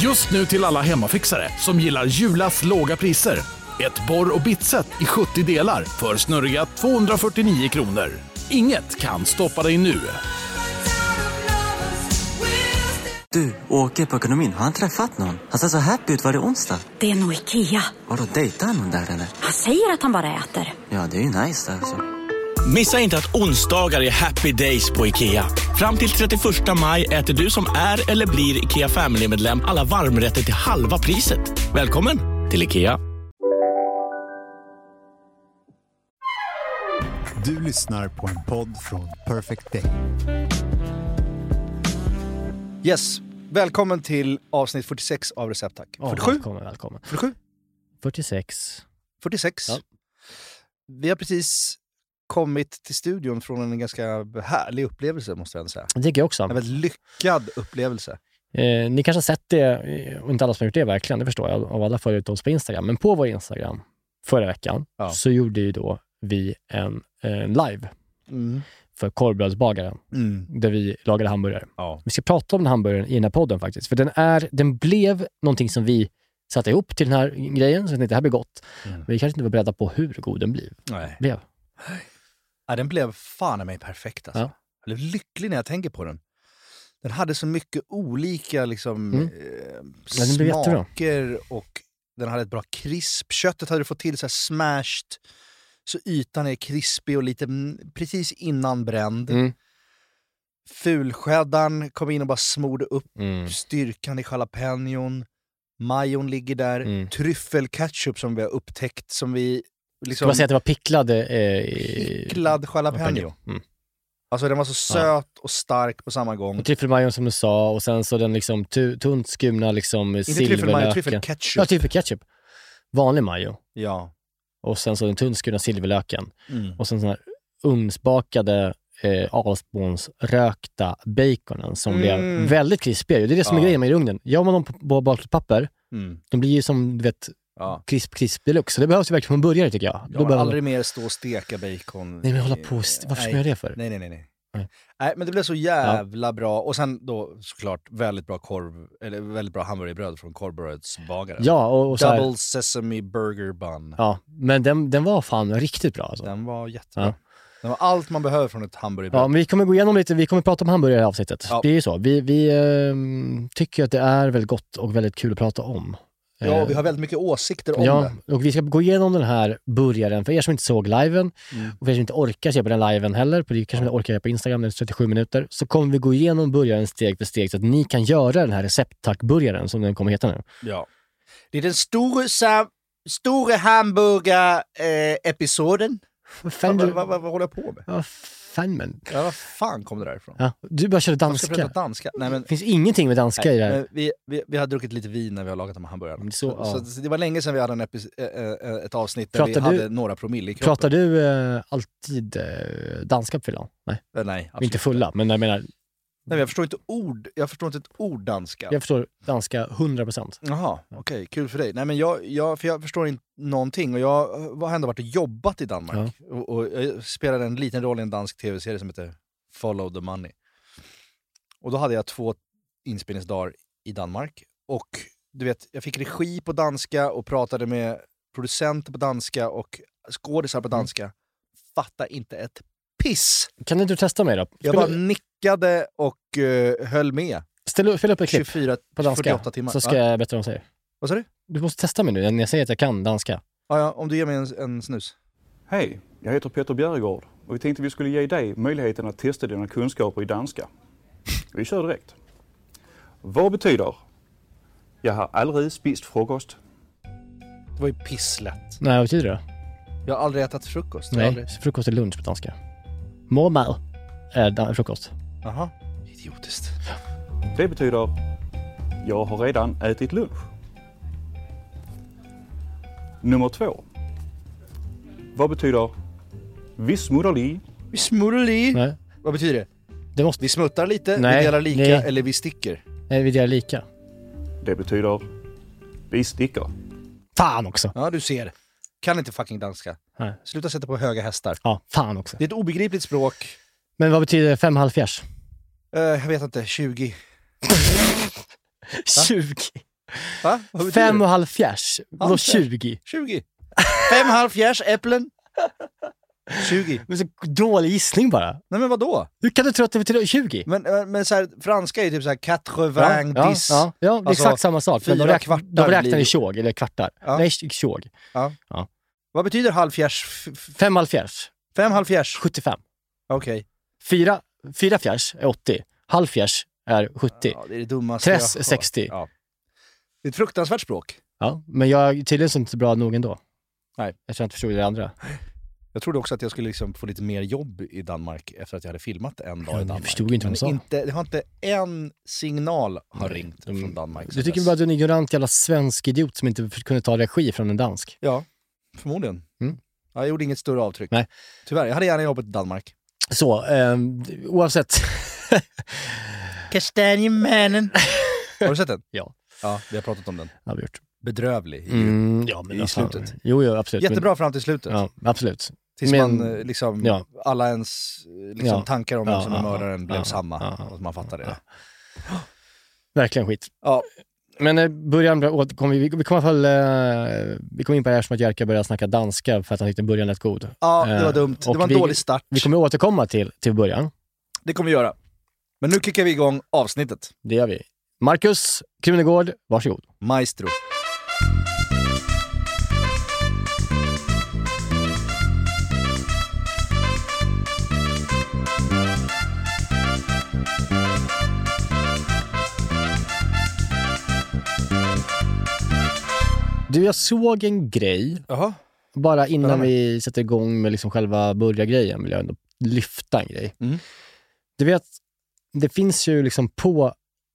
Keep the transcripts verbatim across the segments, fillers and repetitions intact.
Just nu till alla hemmafixare som gillar Julas låga priser. Ett borr- och bitset i sjuttio delar för snurriga tvåhundrafyrtionio kronor. Inget kan stoppa dig nu. Du, åker på ekonomin. Har han träffat någon? Han ser så happy ut. Var det onsdag? Det är nog Ikea. Har du dejtat någon där eller? Han säger att han bara äter. Ja, det är ju nice alltså. Missa inte att onsdagar är happy days på Ikea. Fram till trettioförsta maj äter du som är eller blir Ikea Family-medlem alla varmrätter till halva priset. Välkommen till Ikea. Du lyssnar på en podd från Perfect Day. Yes, välkommen till avsnitt fyrtiosex av Recept Tack. Oh, fyrtiosju? Välkommen, välkommen. fyrtiosju? fyrtiosex. fyrtiosex. Ja. Vi har precis kommit till studion från en ganska härlig upplevelse, måste jag säga. Det tycker jag också. En väldigt lyckad upplevelse. Eh, ni kanske har sett det, och inte alla som har gjort det verkligen, det förstår jag, av alla följare oss på Instagram. Men på vår Instagram förra veckan Ja. så gjorde ju då vi en, en live Mm. för korvbrödsbagaren Mm. där vi lagade hamburgare. Ja. Vi ska prata om den hamburgaren i den här podden faktiskt. För den, är, den blev någonting som vi satte ihop till den här grejen, så att det här blir gott. Mm. Men vi kanske inte var beredda på hur god den blev. Nej. blev. Ja, den blev fan i mig perfekt alltså. Ja. Jag blev lycklig när jag tänker på den. Den hade så mycket olika liksom, Mm. eh, Ja, den blev jättebra. smaker och den hade ett bra krisp. Köttet hade du fått till så här smashed så ytan är krispig och lite mm, precis innan bränd. Mm. Fulskäddan kom in och bara smorde upp Mm. styrkan i jalapenon. Majon ligger där. Mm. Tryffelketchup som vi har upptäckt som vi Ska liksom... man säga att det var picklade... Eh, Picklad jalapeno. Mm. Alltså den var så söt och stark på samma gång. Och tryffelmajon som du sa, och sen så den liksom tu, tunt skumna liksom Inte tryffelmajo, silverlöken. tryffelketchup. Ja, tryffelketchup. Vanlig majo. Ja. Och sen så den tunt skurna silverlöken. Mm. Och sen sån här ugnsbakade eh, Alsbons rökta baconen som Mm. blev väldigt krispiga. Det är det som är Ja. grejen med i ugnen. Gör man dem på, på bakplåtspapper, Mm. de blir ju som, du vet, Ja. krisp, krisp deluxe. Så det behövs ju verkligen från början, tycker jag. Jag Då har behöver- aldrig mer stå och steka bacon. Nej, men hålla i- på. Varför ska Nej. man göra det för? Nej, nej, nej. nej. Nej. Nej, men det blev så jävla bra. Och sen då såklart väldigt bra korv, eller väldigt bra hamburgerbröd från korvbrödsbagaren. Ja, och, och så här, Double sesame burger bun. ja, men den, den var fan riktigt bra alltså. Den var jättebra. Ja. Den var allt man behöver från ett hamburgerbröd. Ja, men vi kommer gå igenom lite, vi kommer prata om hamburgare i det här avsnittet. Ja. Det är ju så. Vi, vi ehm, tycker att det är väldigt gott och väldigt kul att prata om. Ja, Eh, vi har väldigt mycket åsikter om ja, det. och vi ska gå igenom den här burgaren för er som inte såg liven Mm. och för er som inte orkar se på den liven heller, för det kanske inte orkar på Instagram, den är trettiosju minuter, så kommer vi gå igenom burgaren steg för steg så att ni kan göra den här recepttack-burgaren som den kommer heta nu. Ja. Det är den stora, sa- stora hamburger-episoden. Vad fan, Vad, du, vad, vad, vad håller jag på med? vad fan men. Ja, vad fan kom det där ifrån? Ja, du bara körde Jag ska danska. prata danska. Nej, men, Det finns ingenting med danska i det här. men vi, vi, vi har druckit lite vin när vi har lagat de här hamburgarna. Men så, ja. så, så det var länge sedan vi hade en epi- äh, äh, ett avsnitt där Pratar vi du- hade några promille i kroppen. Pratar du eh, alltid eh, danska på fyllan? Nej, Äh, nej, absolut inte fulla, men jag menar, Nej, jag förstår inte ord. Jag förstår inte ett ord danska. jag förstår danska hundra procent. Jaha, okej, kul för dig. Nej, men jag, jag, för jag förstår inte någonting och jag har ändå varit och jobbat i Danmark. Och, och jag spelade en liten roll i en dansk tv-serie som heter Follow the Money. Och då hade jag två inspelningsdagar i Danmark. Och du vet, jag fick regi på danska och pratade med producenter på danska och skådisar på danska. Fatta inte ett piss! Kan inte du testa mig då? Jag bara nickade och uh, höll med. Ställ upp, spela upp ett klipp tjugofyra på danska, fyrtioåtta timmar. så ska Ja. jag berätta vad de säger. Vad sa du? Du måste testa mig nu när jag säger att jag kan danska. Ja, ja, om du ger mig en, en snus. Hej, jag heter Peter Bjerregård och vi tänkte vi skulle ge dig möjligheten att testa dina kunskaper i danska. Vi kör direkt. Vad betyder jag har aldrig spist frukost? Det var ju pisslätt. Nej, vad betyder det? Jag har aldrig ätit frukost. Jag har Nej, aldrig... frukost är lunch på danska. Mormad är dan- frukost. Jaha, idiotiskt. Det betyder jag har redan ätit lunch. Nummer två. Vad betyder vi smuttar i? Vi smuttar i. Nej, Vad betyder det? det måste... Vi smuttar lite, Nej, vi delar lika nej. eller vi sticker. Nej, vi delar lika. Det betyder vi sticker. Fan också! Ja, du ser. Kan inte fucking danska. Nej. Sluta sätta på höga hästar. Ja, fan också. Det är ett obegripligt språk. Men vad betyder fem halvfjärs? Uh, jag vet inte, tjugo. tjugo. Va? Vad betyder Fem det? och halv fjärs. Då Halv tjugo. tjugo. Fem halv fjärs äpplen. tjugo. Men så dålig gissning bara. Nej men vadå? Hur kan du tro att det betyder tjugo? Men, men, men så här, franska är ju typ så här Ja, quatre-vingt-dix. ja, ja, ja, det är Alltså, exakt samma sak. Men de, fyra räk, kvartar de räknar blir- i tjog, eller kvartar. Ja. Nej, tjog. Vad betyder halv fjärs? F- f- Fem halv fjärs. Fem halv fjärs? sjuttiofem. Okej. Fyra, fyra fjärs är åttio. Halv fjärs är sjuttio. Ja, det är det dummaste Tress jag är har. sextio. Ja. Det är ett fruktansvärt språk. Ja, men jag är tydligen så inte bra nog ändå. Nej. Jag tror jag inte förstod det andra. Jag trodde också att jag skulle liksom få lite mer jobb i Danmark efter att jag hade filmat en dag Ja, i jag Danmark. förstod inte vad de sa. Men inte, det har inte en signal har ringt de- från Danmark. Du sedan tycker dess. bara att du är en ignorant jävla svensk idiot som inte kunde ta regi från en dansk. Ja, förmodligen. Mm. Ja, jag gjorde inget större avtryck. Nej. Tyvärr, jag hade gärna jobbat i Danmark. Så, eh, oavsett. Kastanjemannen. Har du sett den? Ja. Ja, vi har pratat om den. Har vi gjort. Bedrövlig. Mm, ja, men I alltså, slutet. Jo, jo, absolut. Jättebra fram till slutet. Men, ja, absolut. Tills Men- man eh, liksom, ja. alla ens eh, liksom, Ja. tankar om Ja, vem som är ja, mördaren ja, blev ja, samma. ja, och man fattar det. ja. Verkligen skit. Ja. Men eh, början, återkom vi, vi, vi kommer väl, eh, vi kom in på det här som att Jerka började snacka danska för att han tyckte början lät god. Ja, det var Eh, dumt. Det och var en vi, dålig start. Vi kommer återkomma till, till början. Det kommer vi göra. Men nu kickar vi igång avsnittet. Det gör vi. Marcus Krunegård, varsågod. Maestro. Du, jag såg en grej, Jaha. bara innan Spännande. vi sätter igång med liksom själva börjargrejen vill jag ändå lyfta en grej. Mm. Du vet, det finns ju liksom på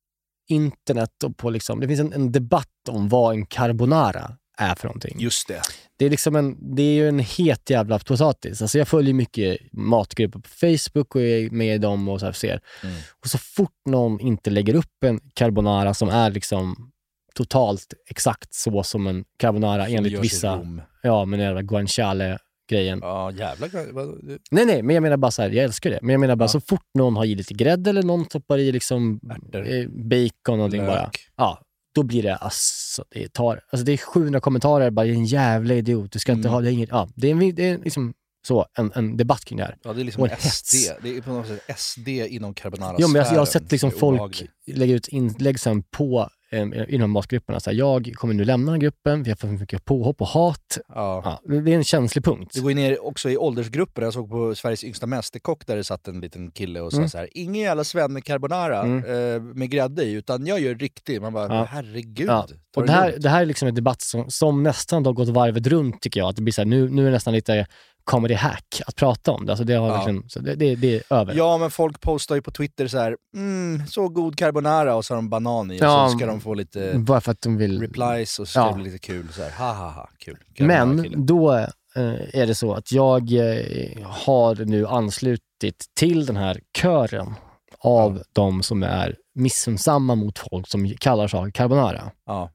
internet och på liksom, det finns en, en debatt om vad en carbonara är för någonting. Just det. Det är liksom en, det är ju en het jävla potatis. Alltså jag följer mycket matgrupper på Facebook och är med i dem och så här ser. Mm. Och så fort någon inte lägger upp en carbonara som är liksom totalt exakt så som en carbonara Som enligt görs i vissa, Rom. ja, men det guanciale-grejen. Ja, jävlar. Vad- Nej, nej, men jag menar bara så här, jag älskar det. Men jag menar bara Ja. så fort någon har i lite grädde eller någon toppar i liksom Ärtor. eh, bacon och någonting Lök. bara. Ja, då blir det alltså, det tar, alltså det är sjuhundra kommentarer bara, en jävla idiot, du ska inte Mm. ha, det är inget, ja, det är, en- det är liksom så, en, en debatt kring det här. Ja, det är liksom Och en S hets. D. Det är på något sätt S D inom carbonara. Jo, men jag, jag har sett liksom folk lägga ut inlägg sen på eh, i de här matgrupperna. Så här, jag kommer nu lämna den här gruppen, vi har fått mycket påhopp och hat. Ja. Ja, det är en känslig punkt. Det går ju ner också i åldersgrupper. Jag såg på Sveriges yngsta mästerkock där det satt en liten kille och sa Mm. så här: ingen jävla svenne carbonara Mm. eh, med grädde i, utan jag gör riktigt. Man bara, Ja. herregud. Ja. ta Och det här, lugnt. det här är liksom en debatt som, som nästan har gått varvet runt tycker jag. Att det blir så här, nu, nu är det nästan lite comedy hack att prata om det. Alltså det, har Ja. verkligen, så det, det, det är över. Ja, men folk postar ju på Twitter så här: mm, så god carbonara, och så har de banan i, Ja. och så ska de få lite Bara för att de vill... replies och så ska Ja. det bli lite kul. Så här, ha ha ha, kul. Men Carbonara-kille. då eh, är det så att jag eh, har nu anslutit till den här kören av Ja. de som är missunnsamma mot folk som kallar sig carbonara. Ja.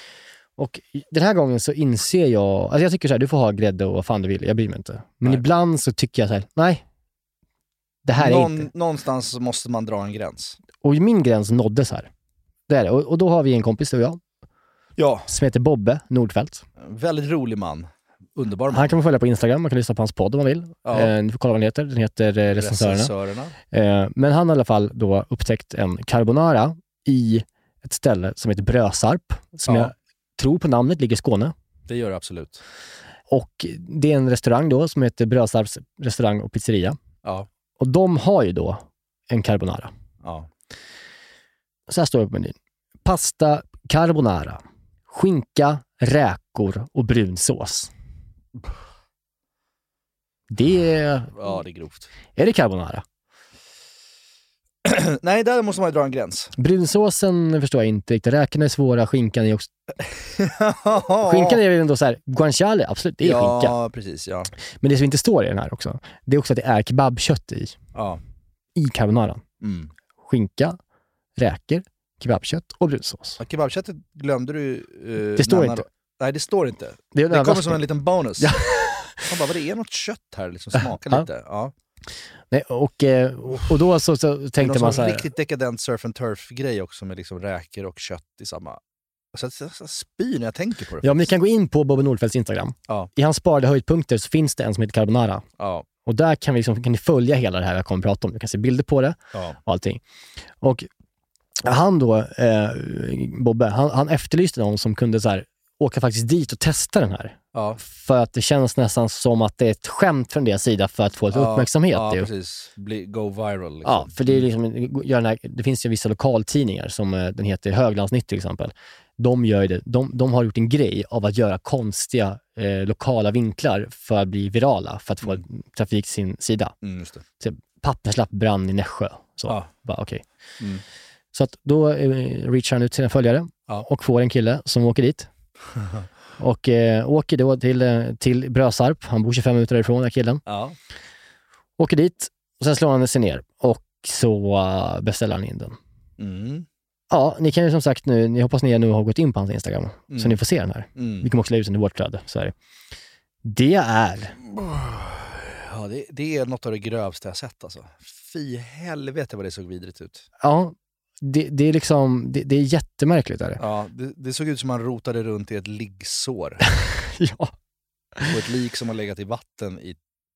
Och i- den här gången så inser jag, alltså jag tycker så här, du får ha grädde och vad fan du vill, jag bryr mig inte. Men Nej. ibland så tycker jag så här, nej, det här är Någon, inte. Någonstans så måste man dra en gräns. Och min gräns nåddes här. Det är det. Och, och då har vi en kompis, du och jag, Ja, som heter Bobbe Nordfeldt. väldigt rolig man. Underbar man. Han kan man följa på Instagram, man kan lyssna på hans podd om man vill. Ja. Eh, ni får kolla vad den heter, den heter eh, Recensörerna. Recensörerna. Eh, men han har i alla fall då upptäckt en carbonara i ett ställe som heter Brösarp, som Ja. jag tror på namnet ligger i Skåne. Det gör det absolut. Och det är en restaurang då som heter Brösarps restaurang och pizzeria. Ja. Och de har ju då en carbonara. Ja. Så här står det på menyn. Pasta carbonara. Skinka, räkor och brunsås. Det är... Ja, det är grovt. Är det carbonara? Nej, där måste man ju dra en gräns. Brunsåsen förstår jag inte riktigt. Räkorna är svåra, skinkan är också... Skinkan är ju ändå så här, guanciale, absolut, det är ja, skinka. Ja, precis. Ja. Men det som inte står i den här också, det är också att det är kebabkött i. Ja. I carbonaran. Mm. Skinka, räkor, kebabkött och brunsås. Ja, kebabköttet glömde du eh, Det står nämna inte. då. Nej, det står inte. Det, är en Det kommer överraskning. som en liten bonus. Ja. Man bara, vad det är något kött här, liksom smakar Ja. lite. Ja. Nej, och, eh, och då så, så Det är tänkte någon man sån så här, riktigt dekadent surf and turf grej också med liksom räkor och kött i samma. Alltså, jag, jag spyr när jag tänker på det. Ja, men ni kan gå in på Bobby Nordfeldts Instagram. Ja. I hans sparade höjdpunkter så finns det en som heter Carbonara. Ja. Och där kan, vi liksom, kan ni följa hela det här jag kommer att prata om. Du kan se bilder på det Ja. och allting. Och han då, eh, Bobbe, han, han efterlyste någon som kunde så här, åka faktiskt dit och testa den här. Ja. För att det känns nästan som att det är ett skämt från deras sida för att få lite Ja, uppmärksamhet. Ja, ju. precis. Bli, go viral. Liksom. Ja, för det är liksom, gör den här, det finns ju vissa lokaltidningar som eh, den heter Höglandsnytt till exempel. De, gör det, de, de har gjort en grej av att göra konstiga eh, lokala vinklar för att bli virala, för att få mm. trafik till sin sida. Mm, just det. Så, papperslapp brann i Nässjö. Så, Ja. bara, okay. Mm. Så att då eh, reachar han ut till en följare Ja. och får en kille som åker dit. Och eh, åker då till, eh, till Brösarp. Han bor tjugofem minuter därifrån, den här killen. Ja. Åker dit och sen slår han sig ner. Och så uh, beställer han in den. Mm. Ja, ni kan ju som sagt nu, ni hoppas ni nu har gått in på hans Instagram. Mm. Så ni får se den här. Mm. Vi kommer också lägga ut den i vårt flöde. Så är det. Det är... Ja, det, det är något av det grövsta jag sett alltså. Fy helvete vad det såg vidrigt ut. Ja, det, det är liksom... Det, det är jättemärkligt. Är det? Ja, det, det såg ut som man rotade runt i ett liggsår. Ja. Och ett lik som har legat i vatten i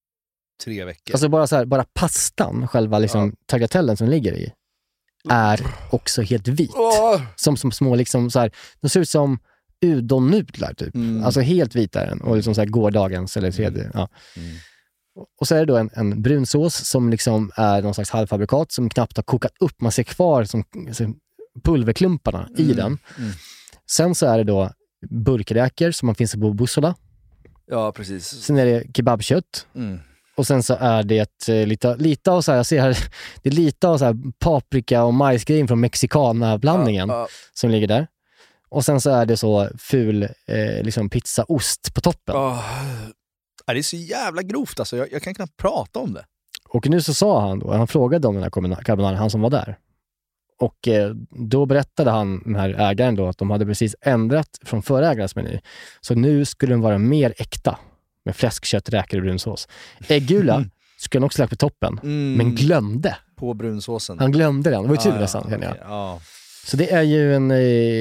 tre veckor. Alltså bara så här, bara pastan, själva liksom Ja. tagliatellen som ligger i, är också helt vit. Åh! Som, som små liksom så här, de ser ut som udonnudlar typ. Mm. Alltså helt vita är den. Och liksom så här gårdagens eller tredje. Ja. Mm. Och så är det då en, en brunsås som liksom är någon slags halvfabrikat som knappt har kokat upp. Man ser kvar som, som pulverklumparna i Mm. den. Mm. Sen så är det då burkräkor som man finns på Bussola. Ja, precis. Sen är det kebabkött. Mm. Och sen så är det eh, lite, lite av så här, jag ser här, det är lite av så här paprika och majsgrejen från mexicana-blandningen Ja, ja. som ligger där. Och sen så är det så ful eh, liksom pizzaost på toppen. Åh. Ja, det är så jävla grovt alltså. Jag, jag kan knappt prata om det. Och nu så sa han då, han frågade om den här carbonara, han som var där. Och eh, då berättade han, den här ägaren då, att de hade precis ändrat från förra ägarens meny. Så nu skulle den vara mer äkta. Med fläskkött, räkor och brunsås. Äggula mm. skulle han också lagt på toppen. Mm. Men glömde. På brunsåsen. Han glömde den. Det var ju tur ah, nästan, ja, känner jag. okay. ja. Så det är ju en,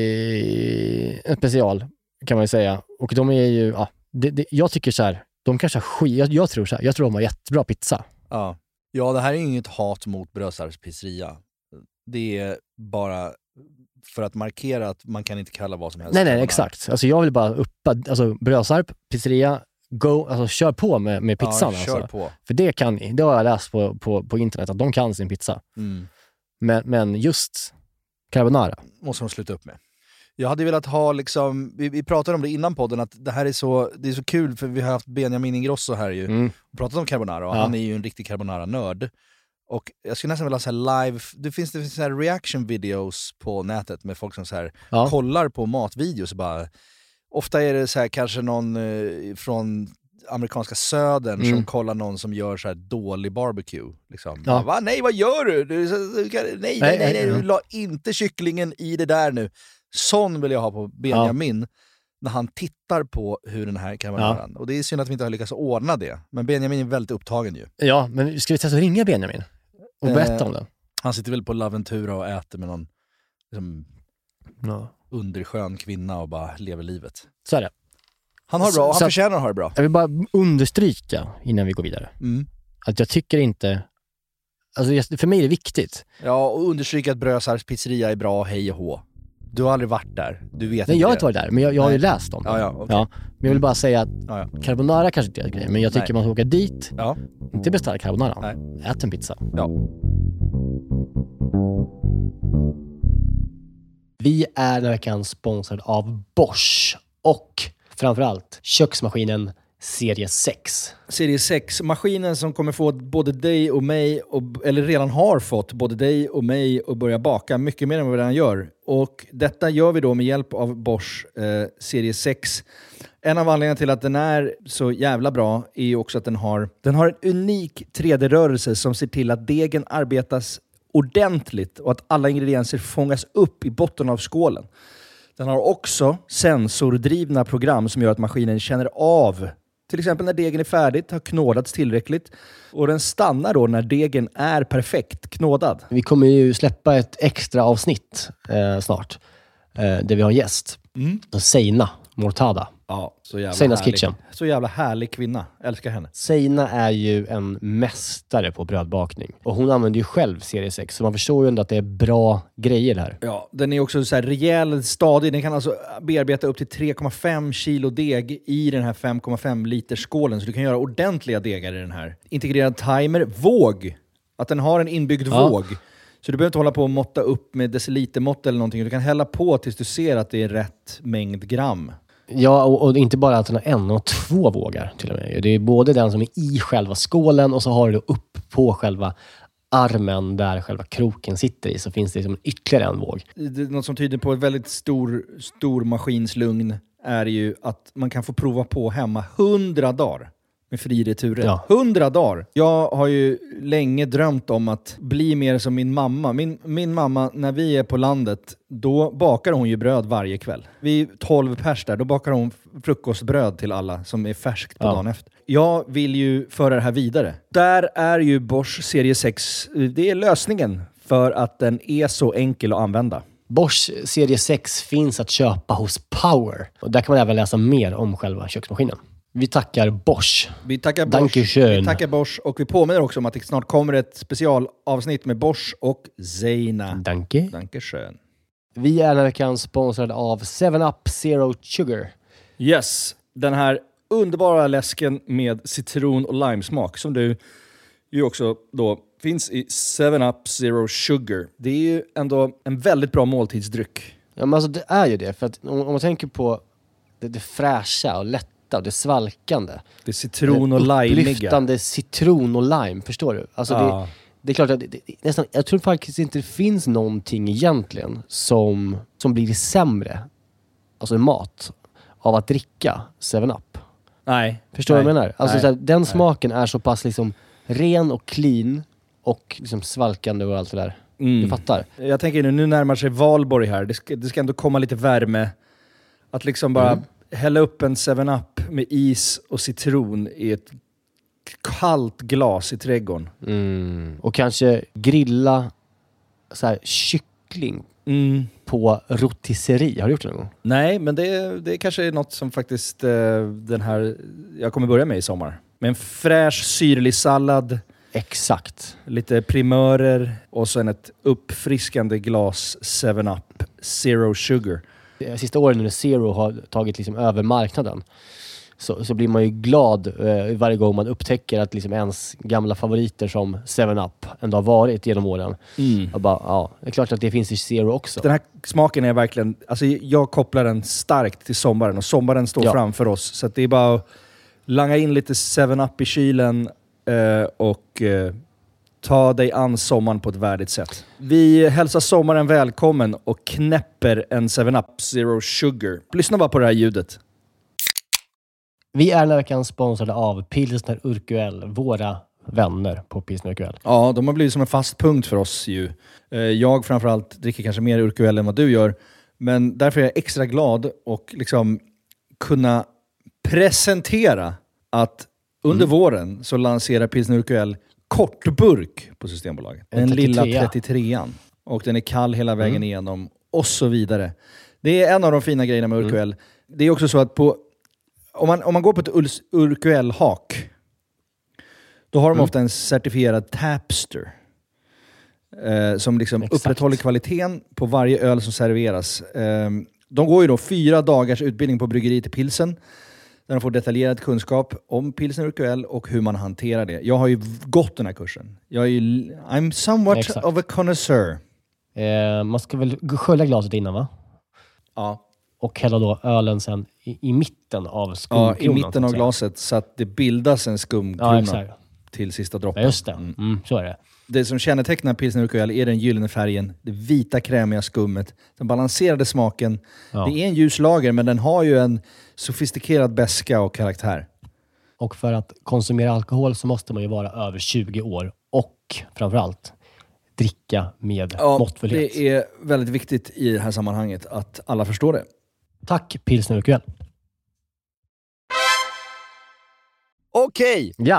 eh, en special, kan man ju säga. Och de är ju, ja, det, det, jag tycker så här, de kanske har skit, jag, jag tror så här, jag tror de har jättebra pizza. Ja. Ja, det här är inget hat mot Brösarps pizzeria. Det är bara för att markera att man kan inte kalla vad som helst. Nej, nej, exakt. Alltså jag vill bara uppa, alltså Brösarp, pizzeria, go, alltså kör på med, med pizzan. Ja, kör alltså. på. För det kan ni, det har jag läst på, på, på internet, att de kan sin pizza. Mm. Men, men just carbonara. Måste de sluta upp med. Jag hade velat ha liksom, vi, vi pratade om det innan podden, att det här är så, det är så kul för vi har haft Benjamin Ingrosso här ju, Mm. och pratat om carbonara och Ja. han är ju en riktig carbonara-nörd. Och jag skulle nästan vilja ha så här live, det finns, det finns så här reaction videos på nätet med folk som så här Ja. kollar på matvideos och bara, ofta är det så här kanske någon eh, från amerikanska södern Mm. som kollar någon som gör så här dålig barbecue liksom. Ja. Va? Nej, vad gör du? du, du kan, nej, nej, nej, nej, nej, du la inte kycklingen i det där nu. Sån vill jag ha på Benjamin ja. när han tittar på hur den här carbonara. Ja. Och det är synd att vi inte har lyckats ordna det. Men Benjamin är väldigt upptagen ju. Ja, men ska vi testa att ringa Benjamin? Och berätta eh, om det? Han sitter väl på Laventura och äter med någon liksom, ja. underskön kvinna och bara lever livet. Så är det. Han har det bra, han så, förtjänar att ha det bra. Jag vill bara understryka innan vi går vidare. Mm. Att jag tycker inte... Alltså för mig är det viktigt. Ja, och understryka att Brösarps pizzeria är bra, hej och hå. Du har aldrig varit där, du vet Nej, inte jag har det. inte varit där, men jag, jag har ju läst om det. Ja, ja, okay. ja, men jag vill bara säga att ja, ja. carbonara kanske inte är ett grej, men jag tycker Nej. man ska åka dit, ja. inte beställa carbonara. Nej. Ät en pizza. Ja. Vi är den här veckan sponsrad av Bosch och framförallt köksmaskinen Serie sex. Serie sex, maskinen som kommer få både dig och mig, och, eller redan har fått både dig och mig att börja baka mycket mer än vad vi redan gör. Och detta gör vi då med hjälp av Bosch eh, Serie sex. En av anledningarna till att den är så jävla bra är ju också att den har, den har en unik tre D-rörelse som ser till att degen arbetas ordentligt och att alla ingredienser fångas upp i botten av skålen. Den har också sensordrivna program som gör att maskinen känner av till exempel när degen är färdigt, har knådats tillräckligt. Och den stannar då när degen är perfekt knådad. Vi kommer ju släppa ett extra avsnitt eh, snart. eh, där vi har en gäst. Mm. Seina Mortada. Ja, så jävla Seinas härlig. Kitchen. Så jävla härlig kvinna. Älskar henne. Seina är ju en mästare på brödbakning. Och hon använder ju själv serie sex. Så man förstår ju ändå att det är bra grejer här. Ja, den är också så här rejäl, stadig. Den kan alltså bearbeta upp till tre komma fem kilo deg i den här fem komma fem liters skålen. Så du kan göra ordentliga degar i den här. Integrerad timer. Våg. Att den har en inbyggd Ja. våg. Så du behöver inte hålla på och måtta upp med decilitermått eller någonting. Du kan hälla på tills du ser att det är rätt mängd gram. Ja, och, och inte bara att den har en och två vågar till och med. Det är både den som är i själva skålen och så har du upp på själva armen där själva kroken sitter i, så finns det liksom ytterligare en våg. Det, något som tyder på ett väldigt stor, stor maskinslugn är ju att man kan få prova på hemma hundra dagar med fri retur. Ja. Hundra dagar! Jag har ju länge drömt om att bli mer som min mamma. Min, min mamma, när vi är på landet, då bakar hon ju bröd varje kväll. Vi är tolv pers där, då bakar hon frukostbröd till alla som är färskt på Ja. dagen efter. Jag vill ju föra det här vidare. Där är ju Bosch serie sex, det är lösningen för att den är så enkel att använda. Bosch serie sex finns att köpa hos Power. Och där kan man även läsa mer om själva köksmaskinen. Vi tackar Bosch. Vi tackar Bosch. Dankeschön. Vi tackar Bosch och vi påminner också om att det snart kommer ett specialavsnitt med Bosch och Seina. Danke. Dankeschön. Vi är den här veckan sponsrade av seven up Zero Sugar. Yes, den här underbara läsken med citron och limesmak som du ju också då finns i seven up Zero Sugar. Det är ju ändå en väldigt bra måltidsdryck. Ja, men alltså det är ju det. För att om, om man tänker på det, det fräscha och lätta och det svalkande. Det är citron och det lime. upplyftande citron och lime, förstår du? Alltså Ja. det, det är klart att det, det, nästan, jag tror faktiskt inte det finns någonting egentligen som, som blir sämre, alltså mat, av att dricka seven up. Nej. Förstår du vad jag menar? Alltså Nej. så här, den smaken är så pass liksom ren och clean och liksom svalkande och allt det där. Mm. Du fattar? Jag tänker nu, nu närmar sig Valborg här. Det ska, det ska ändå komma lite värme. Att liksom bara Mm. hälla upp en seven up med is och citron i ett kallt glas i trädgården. Mm. Och kanske grilla så här, kyckling Mm. på rotisserie. Har du gjort det någon gång? Nej, men det, det kanske är något som faktiskt eh, den här jag kommer börja med i sommar. Med en fräsch syrlig sallad, Exakt. lite primörer och sen ett uppfriskande glas seven up Zero Sugar. De sista åren när Zero har tagit liksom över marknaden så, så blir man ju glad eh, varje gång man upptäcker att liksom ens gamla favoriter som seven up ändå har varit genom åren. Mm. Och bara, ja, det är klart att det finns i Zero också. Den här smaken är verkligen... Alltså jag kopplar den starkt till sommaren och sommaren står Ja. framför oss. Så att det är bara att langa in lite seven up i kylen eh, och eh, ta dig an sommaren på ett värdigt sätt. Vi hälsar sommaren välkommen och knäpper en seven up Zero Sugar. Lyssna bara på det här ljudet. Vi är den här veckan sponsrade av Pilsner Urquell, våra vänner på Pilsner Urquell. Ja, de har blivit som en fast punkt för oss ju. Eh, Jag framförallt dricker kanske mer Urquell än vad du gör. Men därför är jag extra glad och liksom kunna presentera att under våren så lanserar Pilsner Urquell kortburk på Systembolaget. En Den lilla trettiotre. trettiotrean. Och den är kall hela vägen igenom och så vidare. Det är en av de fina grejerna med Urquell. Det är också så att på, om, man, om man går på ett Urs- Urquell-hak då har de ofta en certifierad tapster. Eh, som liksom Exakt. upprätthåller kvaliteten på varje öl som serveras. Eh, de går ju då fyra dagars utbildning på bryggeriet i Pilsen. Där de får detaljerad kunskap om Pilsner Urquell och hur man hanterar det. Jag har ju gått den här kursen. Jag är ju, I'm somewhat Exakt. of a connoisseur. Eh, man ska väl skölja glaset innan, va? Ja. Och hälla då ölen sen i, i mitten av Ja, skumkronan. i mitten så att av säga. glaset så att det bildas en Ja, skumkrona exakt. till sista droppen. Ja, just det. Mm. Mm, så är det. Det som kännetecknar Pilsner Urquell är den gyllene färgen, det vita krämiga skummet, den balanserade smaken. Ja. Det är en ljus lager, men den har ju en sofistikerad beska och karaktär. Och för att konsumera alkohol så måste man ju vara över tjugo år och framförallt dricka med måttfullhet. det är väldigt viktigt i det här sammanhanget att alla förstår det. Tack Pilsner Urquell. Okej! Ja,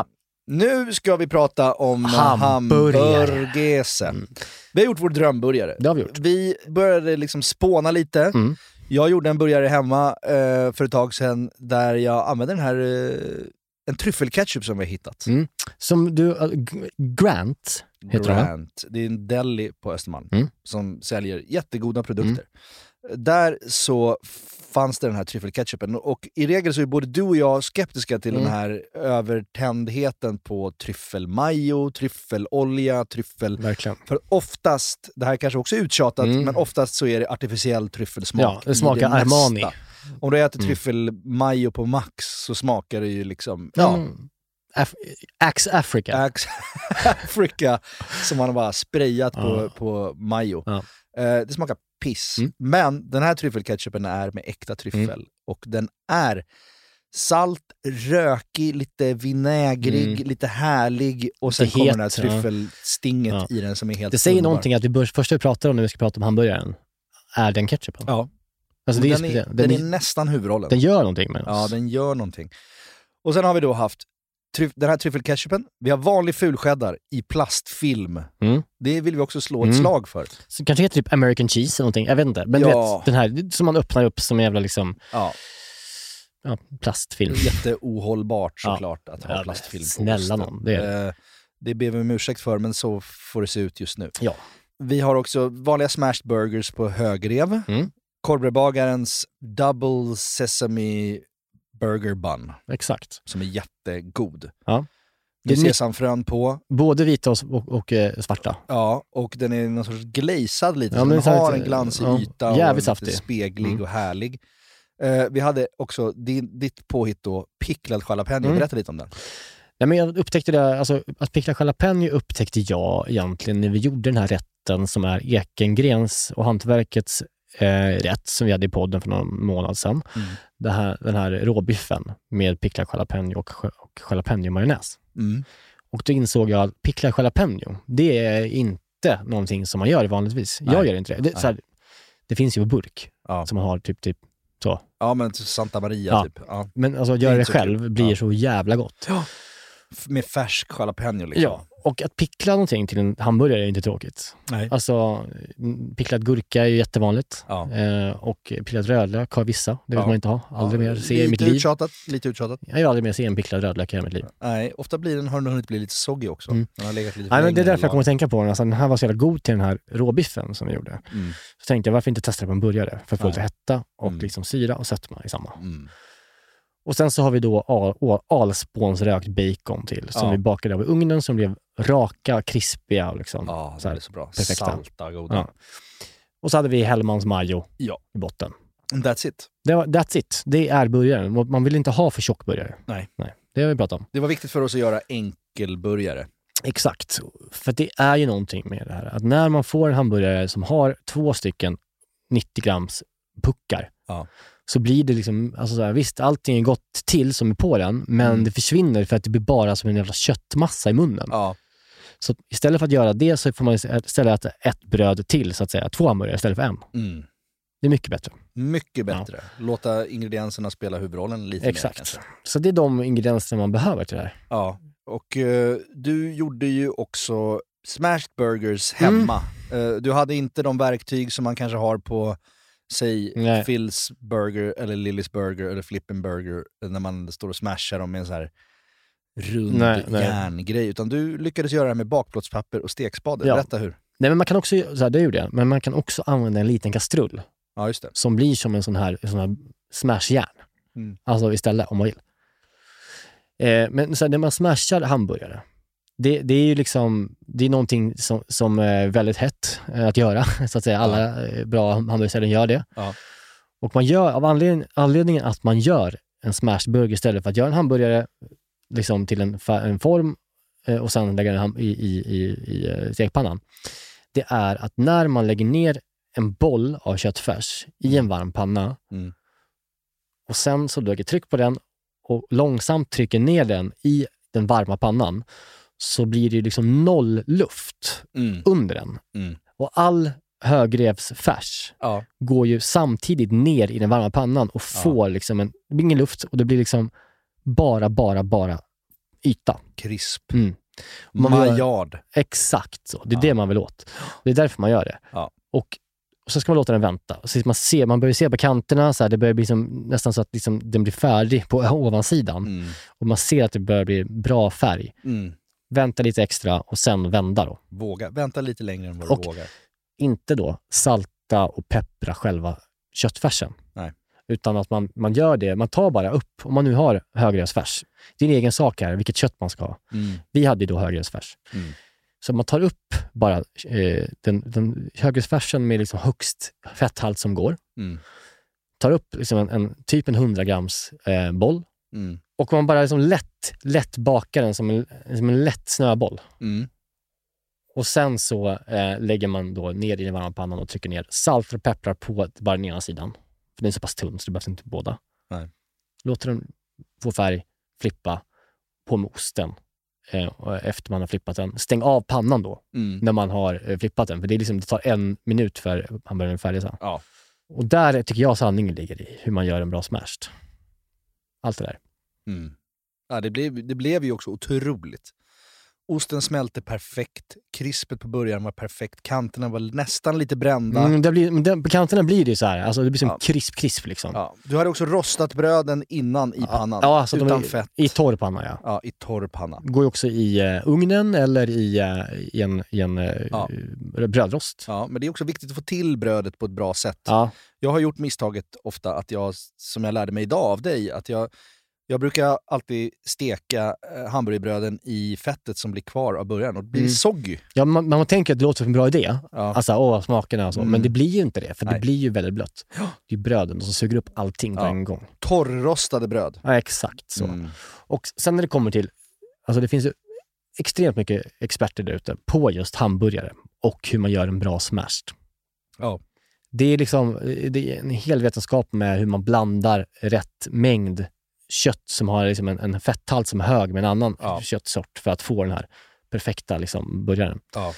Nu ska vi prata om Hamburgare. hamburgese. Mm. Vi har gjort vår drömburgare. Det har vi gjort. Vi började liksom spåna lite. Mm. Jag gjorde en burgare hemma eh, för ett tag sedan där jag använde den här eh, en tryffelketchup som vi har hittat. Mm. Som du, uh, G- Grant heter den, va? Grant. Det är en deli på Östermalm Mm. som säljer jättegoda produkter. Där så fanns det den här tryffelketchupen och i regel så är både du och jag skeptiska till Mm. den här övertändheten på tryffelmajo, tryffelolja, tryffel. Verkligen. För oftast, det här kanske också är uttjatat, Mm. men oftast så är det artificiell tryffelsmak. Ja, det i smakar Armani. mesta. Om du äter Mm. tryffelmajo på Max så smakar det ju liksom... Ja, Mm. Af- Axe Africa. Axe Africa som man har bara sprayat Ja. på, på majo. Ja. Eh, det smakar piss. Mm. Men den här tryffelketchupen är med äkta tryffel. Mm. Och den är salt, rökig, lite vinägrig, Mm. lite härlig. Och sen Lite kommer het, den här tryffelstinget ja. i den som är helt Det säger underbar. någonting att det bör, första vi pratar om när vi ska prata om hamburgaren är den ketchupen. Ja. Alltså det är, den, är, speciellt. den, den, är nästan huvudrollen. den gör någonting med Ja, oss. den gör någonting. Och sen har vi då haft tryff, den här tryffelketchupen. Vi har vanlig fulcheddar i plastfilm. Mm. Det vill vi också slå ett Mm. slag för. Så kanske heter typ American cheese eller någonting, jag vet inte. Men Ja. du vet, den här som man öppnar upp som en jävla liksom, Ja. ja, plastfilm. Jätteohållbart Ja. såklart att ha Ja, men plastfilm på snälla osten. nån, det är- Eh, det ber vi om ursäkt för, men så får det se ut just nu. Ja. Vi har också vanliga smashed burgers på högrev. Mm. Korvbrödbagarens double sesame burger bun Exakt. som är jättegod. Ja. Det är Det är sesamfrön på. Både vita och, och, och eh, svarta. Ja, och den är någon sorts glazad lite. Ja, så men den så här har lite- en glansig ja, yta och jävligt lite saftig. speglig Mm. och härlig. Eh, vi hade också din, ditt påhitt då, picklad jalapeno. Mm. Berätta lite om den. Ja, men jag upptäckte det, alltså att pickla jalapeno upptäckte jag egentligen när vi gjorde den här rätten som är Ekengrens och hantverkets eh, rätt som vi hade i podden för någon månad sedan. Mm. Det här, den här råbiffen med picklad jalapeno och, och jalapeno-majonnäs. Mm. Och då insåg jag att picklad jalapeno, det är inte någonting som man gör vanligtvis. Nej. Jag gör inte det. Det, så här, det finns ju på burk Ja. som man har typ, typ så. Ja, men Santa Maria Ja. typ. Ja. Men alltså att Det är göra det inte så själv kul. blir Ja. så jävla gott. F- Med färsk jalapeno liksom. Ja, och att pickla någonting till en hamburgare är inte tråkigt. Nej. Alltså, mm, picklad gurka är ju jättevanligt. Ja. Eh, och picklad rödlök har vissa. Det vill Ja. man inte ha. Aldrig Ja, mer se i mitt lite liv. Uttjatat, lite uttjatat. Jag vill aldrig mer se en picklad rödlök i hela mitt liv. Nej, ofta blir den, har den hunnit bli lite soggy också. Mm. Den har legat lite Nej, men det är länge därför jag kommer att i tänka på den. Alltså, den här var så jävla god till den här råbiffen som vi gjorde. lagen. Mm. Så tänkte jag, varför inte testa det på en burgare? För att få Ja. lite hetta och Mm. liksom syra och sötma i samma. Mm. Och sen så har vi då al- al- alspånsrökt bacon till. Som Ja. vi bakade av i ugnen som blev raka, krispiga. Och liksom, Ja, så det här. är så bra. perfekta. Salta, goda. Ja. Och så hade vi Hellmans majo Ja. i botten. And that's it. Det var, that's it. Det är burgaren. Man vill inte ha för tjock burgare. Nej. Nej. Det har vi pratat om. Det var viktigt för oss att göra enkelburgare. Exakt. För det är ju någonting med det här. Att när man får en hamburgare som har två stycken nittio grams puckar. Ja. Så blir det liksom, alltså så här, visst allting är gott till som är på den. Men Mm. det försvinner för att det blir bara som en jävla köttmassa i munnen. Ja. Så istället för att göra det så får man istället äta ett bröd till så att säga. Två hamburgare istället för en. Mm. Det är mycket bättre. Mycket bättre. Låta ingredienserna spela huvudrollen lite mer Exakt. kanske. Så det är de ingredienser man behöver till det här. Ja, och eh, du gjorde ju också smashed burgers hemma. Mm. Eh, du hade inte de verktyg som man kanske har på, säg, Nej. Phil's Burger eller Lillys Burger eller Flippin' Burger när man står och smashar dem med en så här rund Nej, nej. järngrej. Utan du lyckades göra det här med bakplåtspapper och stekspade. Ja. Berätta hur. Nej, men man kan också, så här, det gjorde jag, men man kan också använda en liten kastrull Ja, just det. som blir som en sån här, en sån här smashjärn. Mm. Alltså istället, om man vill. Eh, men så här, när man smashar hamburgare, det, det är ju liksom, det är någonting som, som är väldigt hett eh, att göra, så att säga. Alla eh, bra hamburgerställen gör det. Ja. Och man gör, av anledning, anledningen att man gör en smashburger istället för att göra en hamburgare liksom till en, fa- en form eh, och sen lägga den ham- i, i, i, i eh, stekpannan. Det är att när man lägger ner en boll av köttfärs i en varm panna Mm. och sen så lägger tryck på den och långsamt trycker ner den i den varma pannan, så blir det liksom noll luft Mm. under den. Mm. Och all högrevsfärs Ja. går ju samtidigt ner i den varma pannan och får liksom en, det blir ingen luft och det blir liksom bara, bara, bara yta. Krisp. Mm. Maillard. Exakt så. Det är ja. det man vill åt. Det är därför man gör det. Ja. Och, och så ska man låta den vänta. Så man, ser, man börjar se på kanterna, så här, det börjar bli som, nästan så att liksom, den blir färdig på ovansidan. Mm. Och man ser att det börjar bli bra färg. Mm. Vänta lite extra och sen vända då. Våga. Vänta lite längre än vad och du vågar. Inte då salta och peppra själva köttfärsen. Nej. Utan att man, man gör det, man tar bara upp, om man nu har högrösfärs. Det är en egen sak här, vilket kött man ska ha. Mm. Vi hade ju då högrösfärs. Mm. Så man tar upp bara eh, den, den högrösfärsen med liksom högst fetthalt som går. Mm. Tar upp liksom en, en typ en hundra grams eh, boll. Mm. Och man bara liksom lätt, lätt bakar den som en, som en lätt snöboll. Mm. Och sen så eh, lägger man då ner i den varma pannan och trycker ner salt och pepprar på bara den ena sidan. För den är så pass tunn så det behövs inte båda. Nej. Låter den få färg, flippa på med osten. Eh, efter man har flippat den. Stäng av pannan då mm. när man har eh, flippat den. För det, är liksom, det tar en minut för hamburgaren är färdig. Så. Ja. Och där tycker jag sanningen ligger i hur man gör en bra smashed. Allt det där. Mm. Ja, det blev, det blev ju också otroligt. Osten smälte perfekt. Krispet på början var perfekt. Kanterna var nästan lite brända. Mm, det blir, det, på kanterna blir det så här. Alltså det blir som ja. krisp, krisp liksom. Ja. Du hade också rostat bröden innan i ja. pannan. Ja, alltså utan de är, fett. I torr panna, ja. Ja, i torr panna. Går ju också i uh, ugnen eller i, uh, i en, i en uh, ja. brödrost. Ja, men det är också viktigt att få till brödet på ett bra sätt. Ja. Jag har gjort misstaget ofta att jag, som jag lärde mig idag av dig, att jag Jag brukar alltid steka eh, hamburgerbröden i fettet som blir kvar av början och det blir mm. soggy. Ja, man, man tänker att det låter som en bra idé. Ja. Alltså, åh, smakerna och så. Mm. Men det blir ju inte det, för Nej. det blir ju väldigt blött. Det är bröden som suger upp allting på ja. en gång. Torrrostade bröd. Ja, exakt så. Mm. Och sen när det kommer till, alltså det finns ju extremt mycket experter där ute på just hamburgare och hur man gör en bra smashed. Ja. Det är liksom, det är en hel vetenskap med hur man blandar rätt mängd kött som har liksom en, en fetthalt som är hög med en annan ja. köttsort för att få den här perfekta liksom, burgaren. Ja.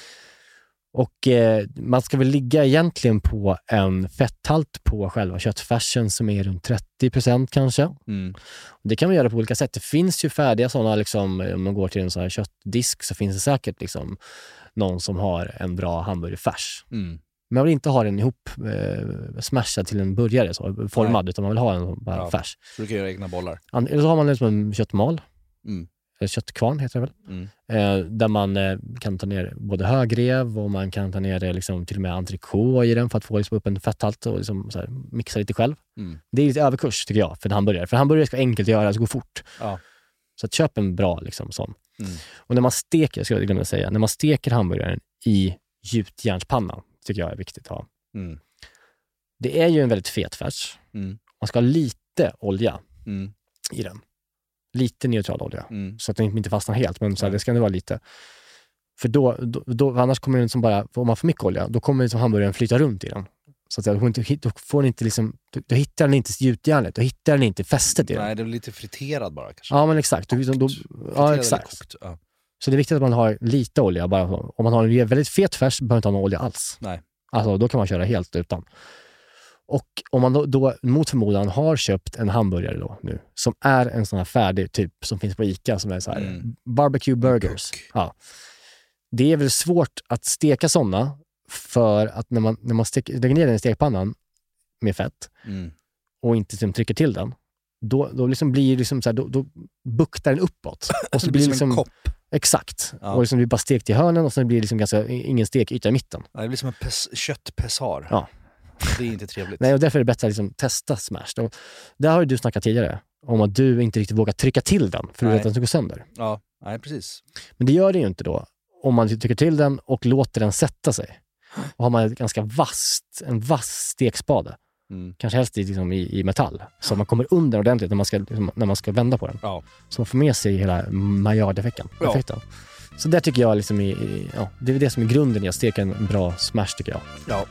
Och eh, man ska väl ligga egentligen på en fetthalt på själva köttfärsen som är runt trettio procent kanske. Mm. Det kan man göra på olika sätt. Det finns ju färdiga sådana, liksom, om man går till en sån här köttdisk så finns det säkert liksom, någon som har en bra hamburgerfärs. Mm. Men man vill inte ha den ihop eh, smashad till en burgare så, formad, Nej. utan man vill ha en bara ja, färs. Så du kan göra egna bollar. Eller så har man liksom en köttmal. Mm. Eller köttkvarn heter det väl. Mm. Eh, där man eh, kan ta ner både högrev och man kan ta ner det liksom, till och med entrecote i den för att få liksom, upp en fetthalt och liksom, så här, mixa lite själv. Mm. Det är lite överkurs tycker jag för en hamburgare. För en hamburgare ska enkelt göra, alltså gå fort. Ja. Så att köp en bra liksom, sån. Mm. Och när man steker, ska jag glömma säga, när man steker hamburgaren i gjutjärnspanna tycker jag är viktigt att ha. Mm. Det är ju en väldigt fet färs. Mm. Man ska ha lite olja mm. i den. Lite neutral olja. Mm. Så att den inte fastnar helt. Men så här, det ska ändå vara lite. För då, då, då annars kommer den som bara, om man får mycket olja, då kommer liksom hamburgaren flyta runt i den. Så att då, då får den inte liksom, då, då hittar den inte gjutjärnet, då hittar den inte fästet i den. Nej, det är lite friterad bara kanske. Ja, men exakt. Då, då, ja, exakt. Ja. Så det är viktigt att man har lite olja. Bara, om man har en väldigt fet färs behöver man inte ha någon olja alls. Nej. Alltså då kan man köra helt utan. Och om man då, då mot förmodan har köpt en hamburgare då nu som är en sån här färdig typ som finns på ICA som är så här mm. barbecue burgers. Ja. Det är väl svårt att steka såna för att när man, när man stek, lägger ner den i stekpannan med fett mm. och inte liksom, trycker till den då, då liksom blir liksom så här, då, då buktar den uppåt. Och så det blir blir som liksom, en kopp. Exakt. Ja. Och liksom det blir bara stekt i hörnen och sen blir det liksom ganska, ingen stekyta i mitten. Ja, det blir som en pes- köttpessar. Ja. Det är inte trevligt. Nej, och därför är det bättre att liksom testa smashed. Och där har ju du snackat tidigare om att du inte riktigt vågar trycka till den för du vet att den går sönder. Ja, nej precis. Men det gör det ju inte då om man trycker till den och låter den sätta sig. Och har man ett ganska vasst, en vass stekspade. Mm. Kanske helst liksom i, i metall. Så man kommer under ordentligt när man ska, när man ska vända på den. Ja. Så man får med sig hela Maillard-effekten. Ja. Så det tycker jag liksom är, ja, det är det som är grunden i att steka en bra smash tycker jag. Ja.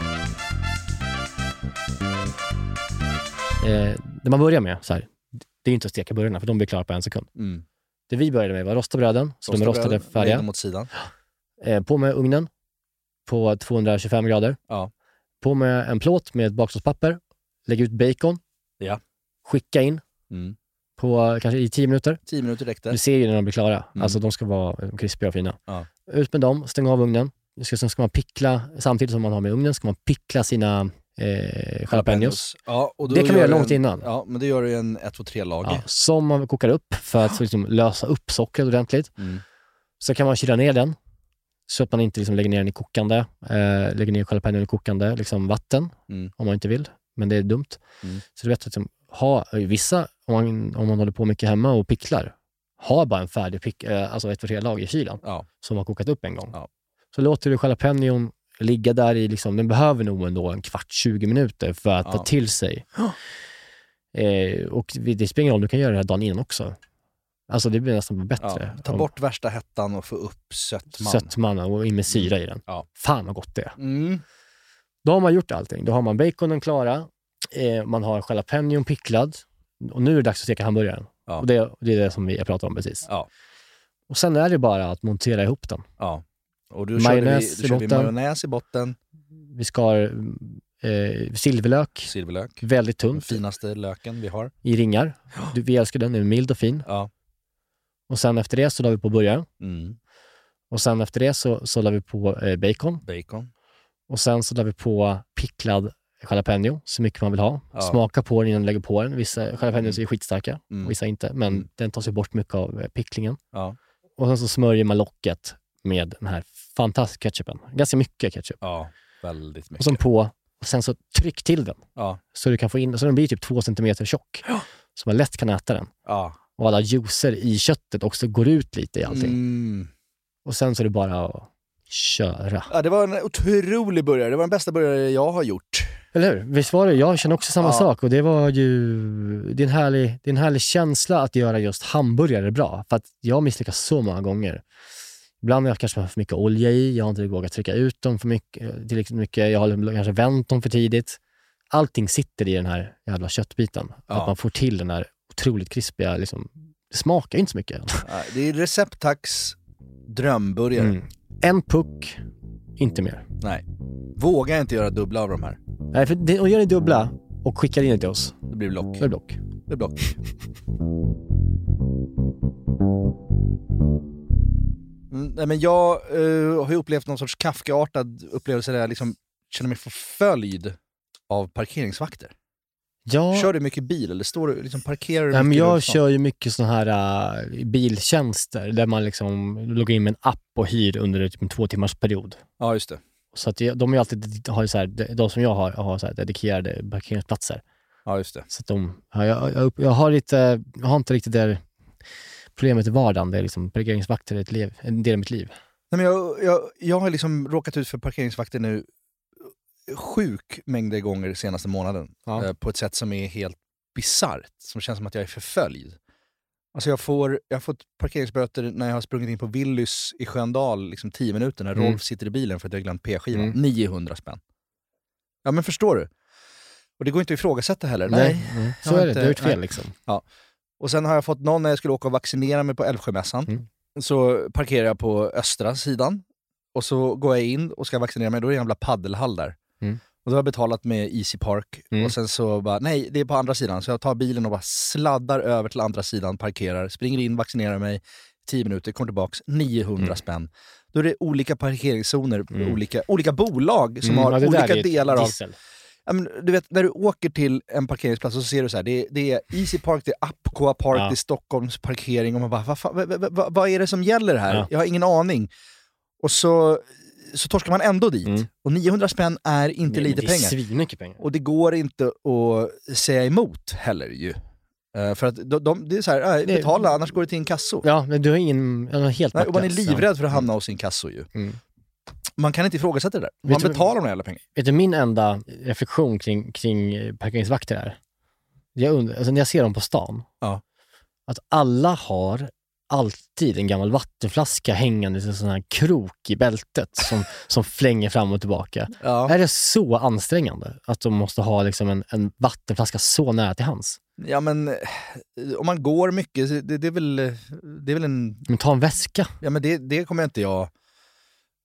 Eh, det man börjar med så här, det är inte att steka burgarna för de blir klara på en sekund. Mm. Det vi började med var rosta bröden. Så rosta de är rostade bröden, färdiga. Mot sidan. Eh, på med ugnen på tvåhundratjugofem grader. Ja. På med en plåt med ett baksåtspapper. Lägg ut bacon. Ja. Skicka in. Mm. på kanske i tio minuter. tio minuter räckte. Du ser ju när de blir klara. Mm. Alltså de ska vara krispiga och fina. Ja. Ut med dem, stäng av ugnen. Ska, sen ska man pickla, samtidigt som man har med ugnen, ska man pickla sina eh, jalapenos. Ja, och då det kan man göra långt en, innan. Ja, men det gör du en ett, två, tre lag. Ja, som man kokar upp för att liksom lösa upp sockret ordentligt. Mm. Så kan man kyla ner den så att man inte liksom lägger ner den i kokande, eh, lägger ner jalapenon i kokande liksom vatten, Mm. om man inte vill. Men det är dumt. Mm. Så det är bättre att liksom, ha vissa, om man, om man håller på mycket hemma och picklar, ha bara en färdig pick, eh, alltså ett, två, tre lag i kylan Ja. som har kokat upp en gång. Ja. Så låter du jalapenon ligga där i, liksom, den behöver nog ändå en kvart, tjugo minuter för att Ja. ta till sig. Eh, och det spelar ingen roll, du kan göra det här dagen innan också. Alltså det blir nästan bättre. Ja. Ta Om- bort värsta hettan och få upp sötman. sötman och in med syra i den. Ja. Fan vad gott det är. Mm. Då har man gjort allting. Då har man baconen klara, eh, man har jalapenon picklad och nu är det dags att steka hamburgaren. Ja. Och det, det är det som vi har pratat om precis. Ja. Och sen är det bara att montera ihop den. Ja. Och du körde vi, Majonnäs du i körde vi botten. majonnäs i botten. Vi skar eh, silverlök, Silverlök. väldigt Den tunt, finaste löken vi har. i ringar. Du, vi älskar den, den är mild och fin. Ja. Och sen efter det så la vi på burgaren. Mm. Och sen efter det så, så la vi på eh, bacon. Bacon. Och sen så la vi på picklad jalapeno, så mycket man vill ha. Ja. Smaka på den innan du lägger på den. Vissa jalapenos är skitstarka, Mm. och vissa inte. Men Mm. den tar sig bort mycket av eh, picklingen. Ja. Och sen så smörjer man locket med den här fantastiska ketchupen. Ganska mycket ketchup. Ja. Väldigt Och mycket. sen på, och sen så tryck till den. Ja. Så du kan få in, så den blir typ två centimeter tjock. Så man lätt kan äta den. Ja. Och alla juicer i köttet också går ut lite i allting. Mm. Och sen så är det bara att köra. Ja, det var en otrolig burgare. Det var den bästa burgare jag har gjort. Eller hur? Visst var det? Jag känner också samma Ja. sak. Och det var ju... Det är, en härlig, det är en härlig känsla att göra just hamburgare bra. För att jag misslyckas så många gånger. Ibland har jag kanske för mycket olja i. Jag har inte vågat trycka ut dem för mycket, tillräckligt mycket. Jag har kanske vänt dem för tidigt. Allting sitter i den här jävla köttbiten. Ja. Att man får till den här otroligt krispiga... Liksom, det smakar ju inte så mycket. Ja, det är Receptax drömburgare. Mm. En puck, inte mer. Nej. Våga inte göra dubbla av de här. Nej, för det, och gör ni dubbla och skickar in det till oss. Det blir block. Då är det block. Det är block. Mm, nej, men jag eh, har ju upplevt någon sorts Kafka-artad upplevelse där jag liksom känner mig förföljd av parkeringsvakter. Ja. Kör du mycket bil eller står du liksom parkerar du Nej, men mycket jag runt stan? kör ju mycket såna här uh, biltjänster där man liksom loggar in med en app och hyr under typ en två timmars period. Ja, just det. Så att jag, de är ju alltid, har ju så här, de som jag har, har så här dedikerade parkeringsplatser. Ja, just det. Så att de, ja, jag, jag, jag har lite, jag har inte riktigt det problemet i vardagen. Det är liksom parkeringsvakter är ett liv, en del av mitt liv. Nej, men jag, jag, jag har liksom råkat ut för parkeringsvakter nu sjuk mängder gånger senaste månaden. Ja. Eh, på ett sätt som är helt bisarrt. Som känns som att jag är förföljd. Alltså jag, får, jag har fått parkeringsböter när jag har sprungit in på Willys i Sköndal liksom tio minuter när Mm. Rolf sitter i bilen för att jag har glömt p-skivan. Mm. niohundra spänn. Ja, men förstår du? Och det går inte att ifrågasätta heller. Nej, mm. jag så har är det. inte- Du har gjort fel nej. liksom. Och sen har jag fått någon när jag skulle åka och vaccinera mig på Älvsjömässan. Mm. Så parkerar jag på östra sidan. Och så går jag in och ska vaccinera mig. Då är det en jävla paddelhall där. Mm. Och då har jag betalat med Easy Park. Mm. Och sen så bara, nej det är på andra sidan. Så jag tar bilen och bara sladdar över till andra sidan, parkerar, springer in, vaccinerar mig. tio minuter, kommer tillbaks, niohundra Mm. spänn. Då är det olika parkeringszoner, Mm. olika, olika bolag som Mm, har ja, det där olika är ett delar av... gissel. Ja, men, du vet, när du åker till en parkeringsplats och så ser du så här, det är, det är Easy Park, det är Apcoa Park, Ja. det är Stockholms parkering och man bara, vad, fan, vad, vad, vad, vad är det som gäller här? Ja. Jag har ingen aning. Och så, så torskar man ändå dit. Mm. Och niohundra spänn är inte Nej, lite men det är pengar. svinmycket pengar. Och det går inte att säga emot heller ju. Uh, för att de, de, det är så här, äh, Det- betala annars går det till en kasso. Ja, men du har ingen, jag har helt Nej, och man är maktlös. livrädd för att hamna hos sin kasso ju. Mm. Man kan inte ifrågasätta det där. Vet Man du- betalar de jävla pengar. Vet du, min enda reflektion kring, kring parkeringsvakter är, jag undrar, alltså när jag ser dem på stan, Ja. att alla har alltid en gammal vattenflaska hängande i en sån här krok i bältet som, som flänger fram och tillbaka. Ja. Är det så ansträngande att de måste ha liksom en, en vattenflaska så nära till hands? Ja, men eh, om man går mycket, det, det, är, väl, det är väl en... Men ta en väska. Ja, men det, det kommer inte jag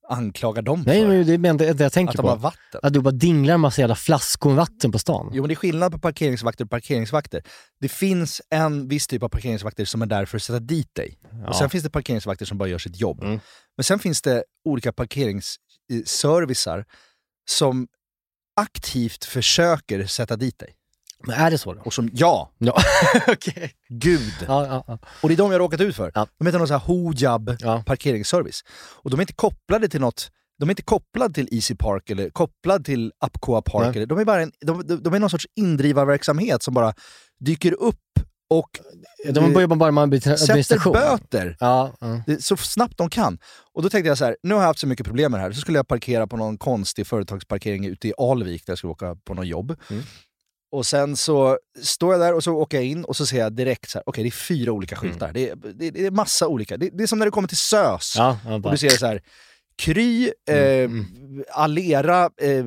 anklagar dem Nej, för? men det är det, det jag tänker att de på. har vatten. Att du bara dinglar en massa jävla flaskor med vatten på stan. Jo, men det är skillnad på parkeringsvakter och parkeringsvakter. Det finns en viss typ av parkeringsvakter som är där för att sätta dit dig. Ja. Och sen finns det parkeringsvakter som bara gör sitt jobb. Mm. Men sen finns det olika parkeringsservicer som aktivt försöker sätta dit dig. Men är det så då? Och som, ja, Ja, okej. gud. Ja, ja, ja. Och det är de jag har råkat ut för. Ja. De heter någon sån här Hojab Ja. parkeringsservice. Och de är inte kopplade till något, de är inte kopplade till Easy Park eller kopplade till Apcoa Park. Nej. Eller, de, är bara en, de, de, de är någon sorts indrivarverksamhet som bara dyker upp och De börjar bara med sätter administration. böter. Ja, ja. Det är så snabbt de kan. Och då tänkte jag så här, nu har jag haft så mycket problem med det här. Så skulle jag parkera på någon konstig företagsparkering ute i Alvik där jag skulle åka på någon jobb. Mm. Och sen så står jag där och så åker jag in och så ser jag direkt så här, okej okay, det är fyra olika skyltar. Mm. Det, är, det, det är massa olika. Det, det är som när du kommer till SÖS. Ja, ja, och du ser så här, Kry, eh, mm. Alera, eh,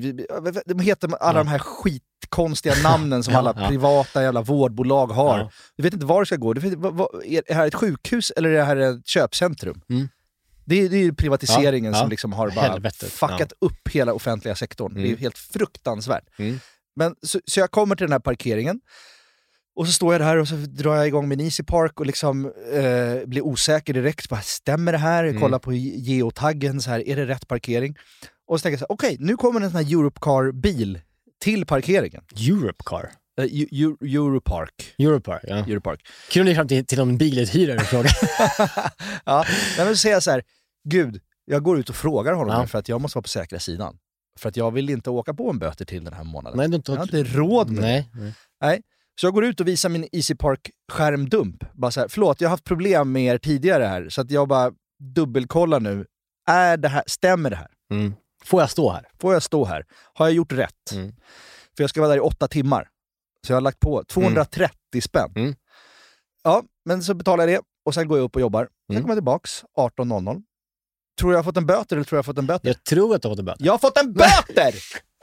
de heter alla ja. de här skitkonstiga namnen som ja, alla ja. privata jävla vårdbolag har. Ja. Du vet inte var det ska gå. Du vet, vad, vad, är det här ett sjukhus eller är det här ett köpcentrum? Mm. Det är, det är ju privatiseringen ja, ja. som liksom har bara Helvetet, fuckat ja. upp hela offentliga sektorn. Mm. Det är helt fruktansvärt. Mm. Men, så, så jag kommer till den här parkeringen och så står jag där och så drar jag igång min Easy Park och liksom eh, blir osäker direkt. Bara, stämmer det här? Jag kollar mm. på geotaggen, så här, är det rätt parkering? Och så tänker jag så här, okej, okay, nu kommer en sån här Europcar-bil till parkeringen. Europcar? Uh, Euro, Europark. Europark, ja. Europark. Kunde ni fram till, till någon biluthyrare och fråga? Ja, men så säger jag så här, gud, jag går ut och frågar honom ja. för att jag måste vara på säkra sidan. För att jag vill inte åka på en böter till den här månaden. Nej, du inte... Jag har inte råd med nej, nej. nej. Så jag går ut och visar min Easy Park-skärmdump. Bara så här, förlåt, jag har haft problem med er tidigare här. Så att jag bara dubbelkollar nu. Är det här, stämmer det här? Mm. Får jag stå här? Får jag stå här? Har jag gjort rätt? Mm. För jag ska vara där i åtta timmar. Så jag har lagt på tvåhundratrettio mm. spänn. Mm. Ja, men så betalar jag det. Och sen går jag upp och jobbar. Sen mm. kommer jag tillbaks arton noll noll. Tror jag har fått en böter eller tror jag har fått en böter? Jag tror att du har fått en böter. Jag har fått en böter!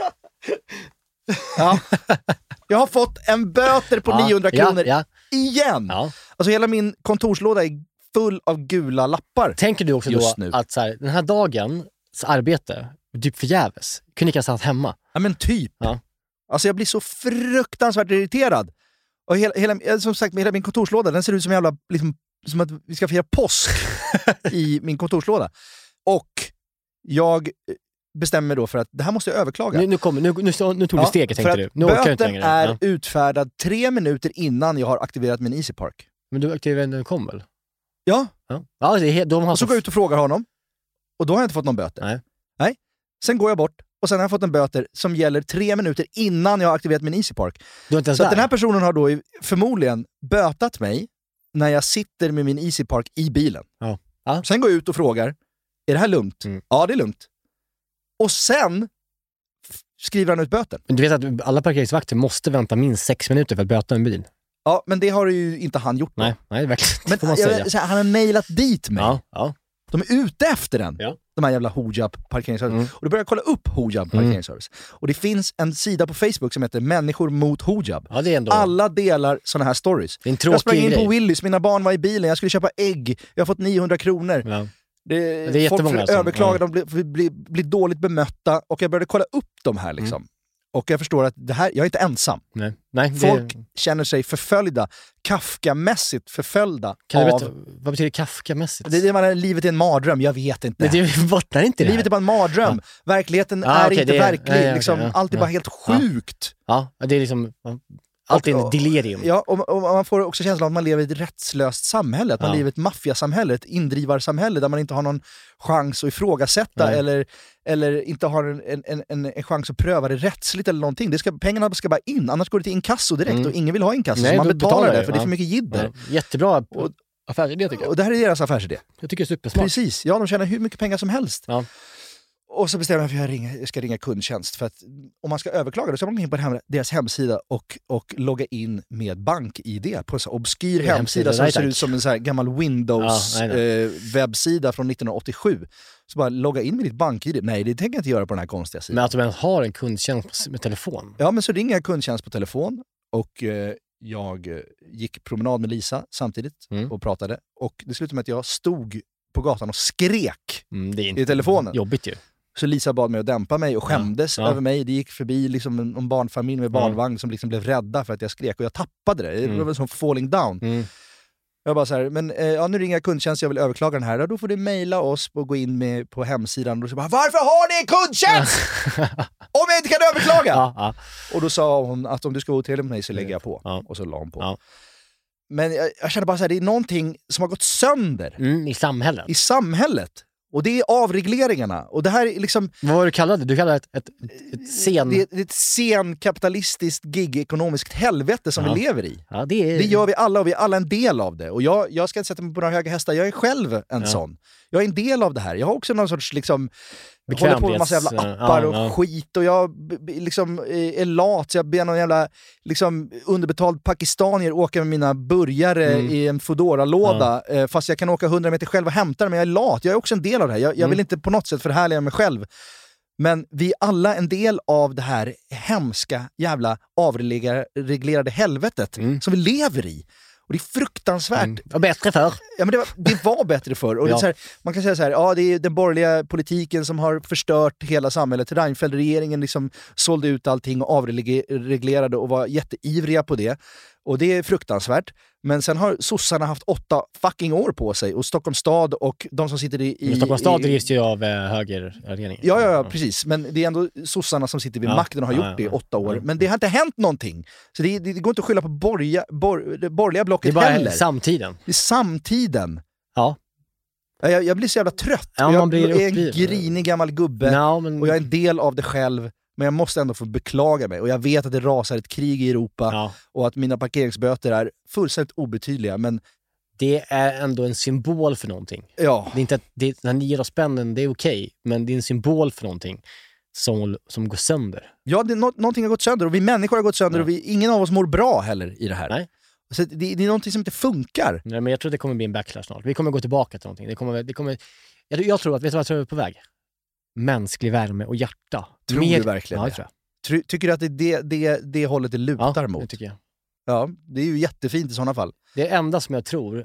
Ja. Jag har fått en böter på ja, niohundra kronor ja, ja. igen. Ja. Alltså hela min kontorslåda är full av gula lappar. Tänker du också då nu. att så här, den här dagens arbete, typ förgäves, kunde jag ha hemma? Ja, men typ. Ja. Alltså jag blir så fruktansvärt irriterad. Och hela, hela, som sagt, hela min kontorslåda, den ser ut som jävla, liksom, som att vi ska fira påsk i min kontorslåda. Och jag bestämmer då för att det här måste jag överklaga. Nu, nu, kom, nu, nu, nu tog du ja, steget, tänkte du. Nu böten är ja. utfärdad tre minuter innan jag har aktiverat min Easy Park. Men du aktiverade den kom väl? Ja. ja. ja det är, de har och så går jag ut och frågar honom. Och då har jag inte fått någon böter. Nej. Nej. Sen går jag bort. Och sen har jag fått en böter som gäller tre minuter innan jag har aktiverat min Easy Park. Du är inte så att den här personen har då förmodligen bötat mig när jag sitter med min Easy Park i bilen. Ja. Ja. Sen går jag ut och frågar, är det här lugnt? Mm. Ja, det är lugnt. Och sen skriver han ut böten. Men du vet att alla parkeringsvakter måste vänta minst sex minuter för att böta en bil. Ja, men det har ju inte han gjort. Nej, nej verkligen. Men får man jag, säga. Så här, han har mejlat dit mig. Ja, ja. De är ute efter den. Ja. De här jävla Hojab parkeringsservice. Mm. Och då börjar jag kolla upp Hojab parkeringsservice. Mm. Och det finns en sida på Facebook som heter Människor mot Hojab. Ja, det är ändå... Alla delar såna här stories. Det är en tråkig jag sprang in grej. på Willys, mina barn var i bilen, jag skulle köpa ägg. Jag har fått niohundra kronor. Ja. Det, det är folk alltså. överklagar, de blir, blir, blir dåligt bemötta. Och jag började kolla upp de här liksom. Mm. Och jag förstår att det här, jag är inte ensam. Nej. Nej, det... Folk känner sig förföljda, Kafka-mässigt förföljda. Kan du av... veta, vad betyder Kafka-mässigt? Det är det man, livet är en mardröm, jag vet inte. Det, det bottnar inte det Livet är bara en mardröm. Ja. Verkligheten ah, är okay, inte är, verklig. nej, liksom, okay, ja, allt är ja, bara helt sjukt. Ja, ja det är liksom... Allt är en delirium. Ja, och, och man får också känslan av att man lever i ett rättslöst samhälle. Att man ja. lever i ett maffiasamhälle, ett indrivarsamhälle där man inte har någon chans att ifrågasätta eller, eller inte har en, en, en, en chans att pröva det rättsligt eller någonting. Det ska, pengarna ska bara in, annars går det till inkasso direkt mm. och ingen vill ha inkasso. Nej, så man betalar, betalar det, för ja. det är för mycket jidder. Ja. Jättebra och, affärsidé tycker jag. Och det här är deras affärsidé. Jag tycker det är supersmart. Precis, ja de tjänar hur mycket pengar som helst. Ja. Och så bestämmer jag för att jag, ringa, jag ska ringa kundtjänst. För att om man ska överklaga, då ska man gå in på deras hemsida och, och logga in med bank-id på en sån obskyr hemsida, hemsida som ser ut som en sån här gammal Windows-webbsida ja, eh, från nittonhundraåttiosju. Så bara logga in med ditt bank-id. Nej, det tänker jag inte göra på den här konstiga sidan. Men att de ens har en kundtjänst med telefon? Ja, men så ringer jag kundtjänst på telefon och eh, jag gick promenad med Lisa samtidigt mm. och pratade. Och det slutade med att jag stod på gatan och skrek mm, det är inte i telefonen. Jobbigt ju. Så Lisa bad mig att dämpa mig och skämdes ja, ja. över mig. Det gick förbi liksom en, en barnfamilj med barnvagn mm. som liksom blev rädda för att jag skrek. Och jag tappade det. Mm. Det var som falling down. Mm. Jag bara så här, men eh, ja, nu ringer jag kundtjänst, jag vill överklaga den här. Ja, då får du mejla oss och gå in med på hemsidan. Och så bara, varför har ni en kundtjänst? Om jag inte kan överklaga! Ja, ja. Och då sa hon att om du ska vara otrevlig med mig så lägger jag på. Ja. Och så la hon på. Ja. Men jag, jag känner bara så här, det är någonting som har gått sönder. Mm, i samhället. I samhället. Och det är avregleringarna. Och det här är liksom... Vad var det du kallade det? Du kallade det ett, ett, ett sen... Det är ett senkapitalistiskt gig-ekonomiskt helvete som ja. vi lever i. Ja, det, är... det gör vi alla och vi är alla en del av det. Och jag, jag ska inte sätta mig på några höga hästar. Jag är själv en ja. sån. Jag är en del av det här. Jag har också någon sorts liksom... Jag håller på med en massa jävla appar ja, ja. och skit. Och jag liksom är lat. Så jag ber någon jävla liksom, underbetald pakistanier åka med mina burgare mm. i en Foodora-låda. Ja. Fast jag kan åka hundra meter själv och hämta dem. Men jag är lat. Jag är också en del av det här. Jag, jag mm. vill inte på något sätt förhärliga mig själv. Men vi är alla en del av det här hemska jävla avreglerade helvetet mm. som vi lever i. Och det är fruktansvärt. Mm. Och bättre för. Ja, men det var, det var bättre för. Och ja. det är så här, man kan säga så här, ja, det är den borgerliga politiken som har förstört hela samhället. Reinfeldt-regeringen liksom sålde ut allting och avreglerade och var jätteivriga på det. Och det är fruktansvärt. Men sen har sossarna haft åtta fucking år på sig. Och Stockholms stad och de som sitter i... i men Stockholms stad drivs ju av eh, högerregeringen. Ja, ja, ja, precis. Men det är ändå sossarna som sitter vid ja. makten och har ja, gjort det i åtta år. Ja. Men det har inte hänt någonting. Så det, det, det går inte att skylla på borgerliga, bor, det borgerliga blocket heller. Det är bara heller. samtiden. Det är samtiden. Ja. Jag, jag blir så jävla trött. Ja, jag man blir är en grinig gammal gubbe. No, men... Och jag är en del av det själv. Men jag måste ändå få beklaga mig. Och jag vet att det rasar ett krig i Europa. Ja. Och att mina parkeringsböter är fullständigt obetydliga. Men det är ändå en symbol för någonting. Ja. Det är inte att det, när nio spännen, det är okej. Men det är en symbol för någonting som, som går sönder. Ja, det, nå, någonting har gått sönder. Och vi människor har gått sönder. Ja. Och vi, ingen av oss mår bra heller i det här. Nej. Så det, det är någonting som inte funkar. Nej, men jag tror det kommer bli en backlash snart. Vi kommer gå tillbaka till någonting. Det kommer, det kommer, jag, jag tror att, vet du vad jag tror är på väg? Mänsklig värme och hjärta. Tror Mer, du verkligen ja, det? Tror jag. Ty, tycker du att det är det, det, det hållet det lutar ja, mot? det tycker jag. Ja, det är ju jättefint i sådana fall. Det är enda som jag tror,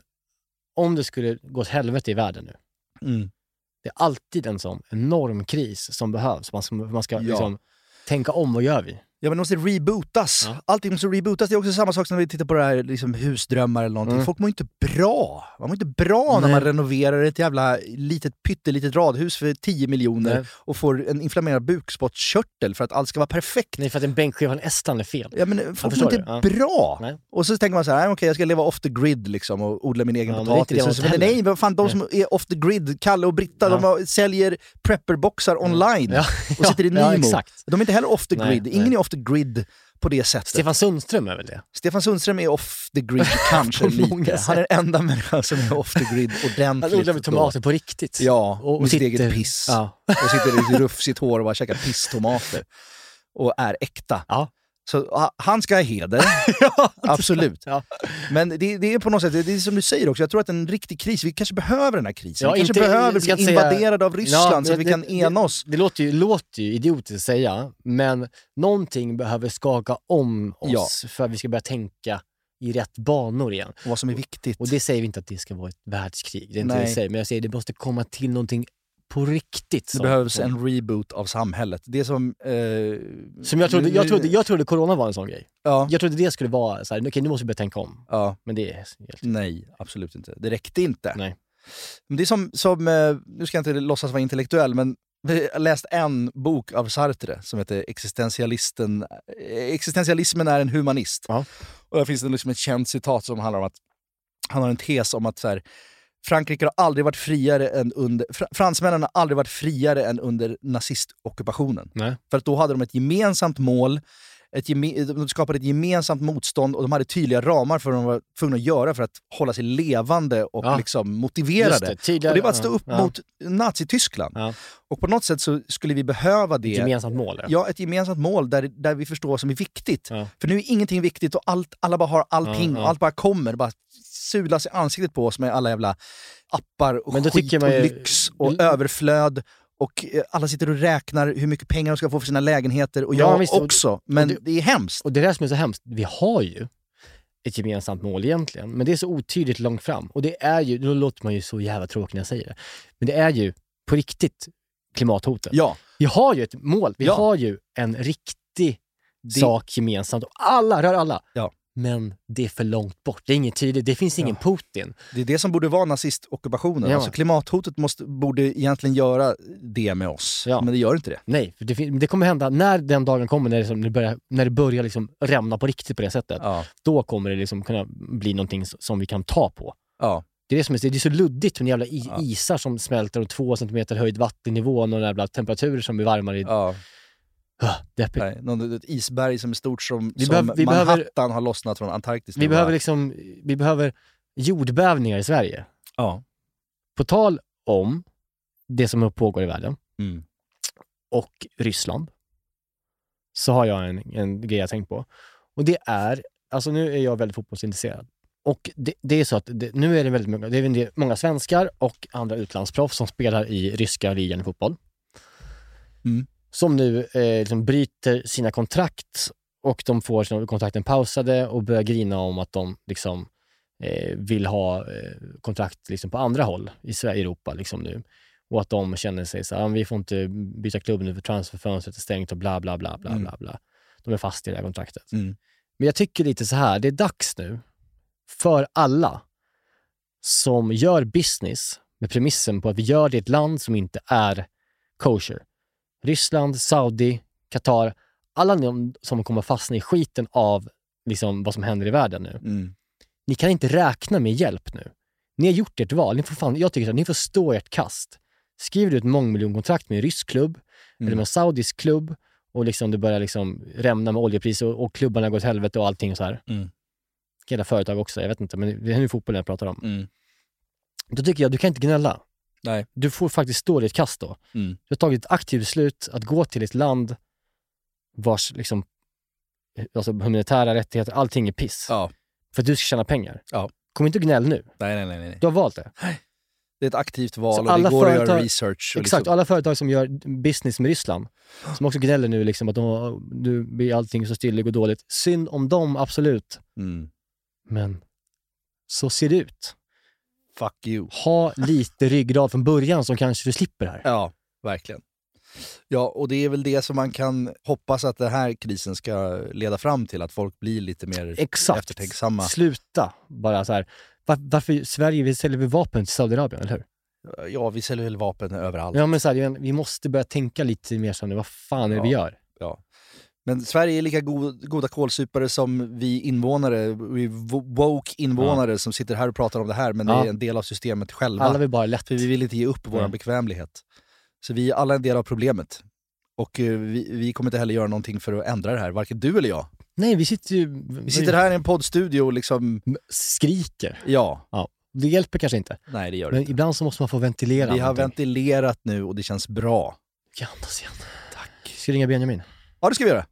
om det skulle gå åt helvete i världen nu, mm. det är alltid en sån enorm kris som behövs. Man ska, man ska ja. liksom tänka om, vad gör vi? Ja, men det måste rebootas. Ja. Allting måste rebootas. Det är också samma sak som när vi tittar på det här liksom, husdrömmar eller någonting. Mm. Folk mår inte bra. Man mår inte bra Nej. när man renoverar ett jävla litet pyttelitet radhus för tio miljoner Nej. och får en inflammerad bukspottkörtel för att allt ska vara perfekt. Nej, för att en bänkskiva från Estland är fel. Ja, men folk mår inte ja. bra. Nej. Och så tänker man så här, okej, okay, jag ska leva off the grid liksom och odla min egen ja, potatis. Så, så, men nej, vad fan, de som är off the grid, Kalle och Britta, ja. de säljer prepperboxar online ja. och sitter i Nimo. Ja, exakt. De är inte heller off the Nej, grid. Ingen nej. är off the grid på det sättet. Stefan Sundström är väl det? Stefan Sundström är off the grid kanske lite. Han är den enda människan som är off the grid ordentligt. Han odlar med tomater på riktigt. Ja, och, och med sitt sitter... eget piss. Ja. Och sitter i rufsigt hår och bara käkar pisstomater. Och är äkta. Ja. Så han ska ha heder. ja, absolut. Ja. Men det, det är på något sätt, det är som du säger också, jag tror att en riktig kris, vi kanske behöver den här krisen. Ja, vi kanske inte, behöver bli invaderade säga... av Ryssland ja, så att vi det, kan ena det, oss. Det, det låter, ju, låter ju idiotiskt att säga, men någonting behöver skaka om oss ja. för att vi ska börja tänka i rätt banor igen. Och vad som är viktigt. Och det säger vi inte att det ska vara ett världskrig, det är inte det jag säger, men jag säger att det måste komma till någonting på riktigt. Det behövs en reboot av samhället. Det är som... Eh, som jag trodde, jag, trodde, jag trodde corona var en sån grej. Ja. Jag trodde det skulle vara så här, okej, okay, nu måste vi börja tänka om. Ja. Men det är helt... Nej, absolut inte. Det räckte inte. Nej. Men det är som, som nu ska jag inte låtsas vara intellektuell, men jag har läst en bok av Sartre som heter Existentialisten. Existentialismen är en humanist. Ja. Och där finns det liksom ett känt citat som handlar om att han har en tes om att så här, Frankrike har aldrig varit friare än under... Fr- fransmännen har aldrig varit friare än under nazistockupationen. Nej. För att då hade de ett gemensamt mål, ett geme- de skapade ett gemensamt motstånd och de hade tydliga ramar för vad de var tvungna att göra för att hålla sig levande och ja. liksom motiverade. Det, tydliga, och det var att stå upp ja. mot Nazityskland. Ja. Och på något sätt så skulle vi behöva det. Ett gemensamt mål. Ja, ja ett gemensamt mål där, där vi förstår vad som är viktigt. Ja. För nu är ingenting viktigt och allt, alla bara har allting ja, ja. och allt bara kommer. Bara sulas i ansiktet på oss med alla jävla appar och Men då skit tycker man ju... och lyx och mm. överflöd. Och alla sitter och räknar hur mycket pengar de ska få för sina lägenheter. Och ja, jag visst, också. Men det, det är hemskt. Och det där som är så hemskt, vi har ju ett gemensamt mål egentligen. Men det är så otydligt långt fram. Och det är ju, då låter man ju så jävla tråkig när jag säger det. Men det är ju på riktigt klimathotet. Ja. Vi har ju ett mål. Vi ja. har ju en riktig det... sak gemensamt. Och alla rör alla. Ja. Men det är för långt bort. Det är inget tydligt. Det finns ingen ja. Putin. Det är det som borde vara nazistockupationen. Ja. Alltså klimathotet måste, borde egentligen göra det med oss. Ja. Men det gör inte det. Nej, för det, det kommer hända när den dagen kommer när det, liksom, det börjar, när det börjar liksom rämna på riktigt på det sättet. Ja. Då kommer det liksom kunna bli någonting som vi kan ta på. Ja. Det är det som är, det är så luddigt med jävla i, ja. isar som smälter och två centimeter höjd vattennivå och några jävla temperaturer som blir varmare. I, ja. Deppigt. Nej, någon, ett isberg som är stort som, vi som behöver, vi Manhattan behöver, har lossnat från Antarktis. Vi behöver, liksom, vi behöver jordbävningar i Sverige. Ja. På tal om det som pågår i världen mm. och Ryssland så har jag en, en grej jag tänkt på. Och det är, alltså nu är jag väldigt fotbollsintresserad. Och det, det är så att det, nu är det väldigt många, det är del, många svenskar och andra utlandsproffs som spelar i ryska ligan i fotboll. Mm. Som nu eh, liksom bryter sina kontrakt och de får sina kontrakten pausade och börjar grina om att de liksom eh, vill ha eh, kontrakt liksom på andra håll i Sverige, Europa liksom nu. Och att de känner sig så här, vi får inte byta klubb nu för transferfönstret är stängt och bla bla bla bla mm. bla bla. De är fast i det här kontraktet. Mm. Men jag tycker lite så här, det är dags nu för alla som gör business med premissen på att vi gör det i ett land som inte är kosher. Ryssland, Saudi, Qatar, alla de som kommer fastna i skiten av liksom vad som händer i världen nu. Mm. Ni kan inte räkna med hjälp nu. Ni har gjort ert val. Ni får fan, jag tycker att ni får stå ert kast. Skriver du ett mångmiljonkontrakt med en rysk klubb mm. eller med en saudisk klubb och liksom det börjar liksom rämna med oljepriser och, och klubbarna går åt helvete och allting så här. Mm. Hela företag också, jag vet inte, men det är nu fotbollen jag pratar om. Mm. Då tycker jag, du kan inte gnälla. Nej. Du får faktiskt stå i ett kast då. Mm. Du har tagit ett aktivt beslut att gå till ett land vars liksom, alltså humanitära rättigheter, allting är piss. Ja. För att du ska tjäna pengar. Ja. Kom inte och gnäll nu. Nej, nej, nej. Du har valt det. Det är ett aktivt val så och alla det går företag, att göra research. Och exakt, liksom. alla företag som gör business med Ryssland som också gnäller nu liksom att de, nu blir allting så still, det går dåligt. Synd om dem, absolut. Mm. Men så ser det ut. Fuck you. Ha lite ryggrad från början så kanske du slipper det här. Ja, verkligen. Ja, och det är väl det som man kan hoppas att den här krisen ska leda fram till, att folk blir lite mer exakt. eftertänksamma. Sluta bara så här. Var, varför Sverige vill sälja vapen till Saudiarabien, eller hur? Ja, vi säljer väl vapen överallt. Ja, men så här, vi måste börja tänka lite mer som det. Vad fan är det ja, vi gör? Ja. Men Sverige är lika god, goda kolsupare som vi invånare, vi woke invånare ja. som sitter här och pratar om det här, men ja. det är en del av systemet själva. Alla vill bara lätt. För vi vill inte ge upp vår ja. bekvämlighet. Så vi är alla en del av problemet. Och uh, vi, vi kommer inte heller göra någonting för att ändra det här, varken du eller jag. Nej, vi sitter ju... Vi sitter här i en poddstudio och liksom... skriker. Ja. ja. Det hjälper kanske inte. Nej, det gör det Men inte. ibland så måste man få ventilera. Vi har någonting. ventilerat nu och det känns bra. Ja, andas igen. Tack. Ska vi ringa Benjamin? Ja, det ska vi göra.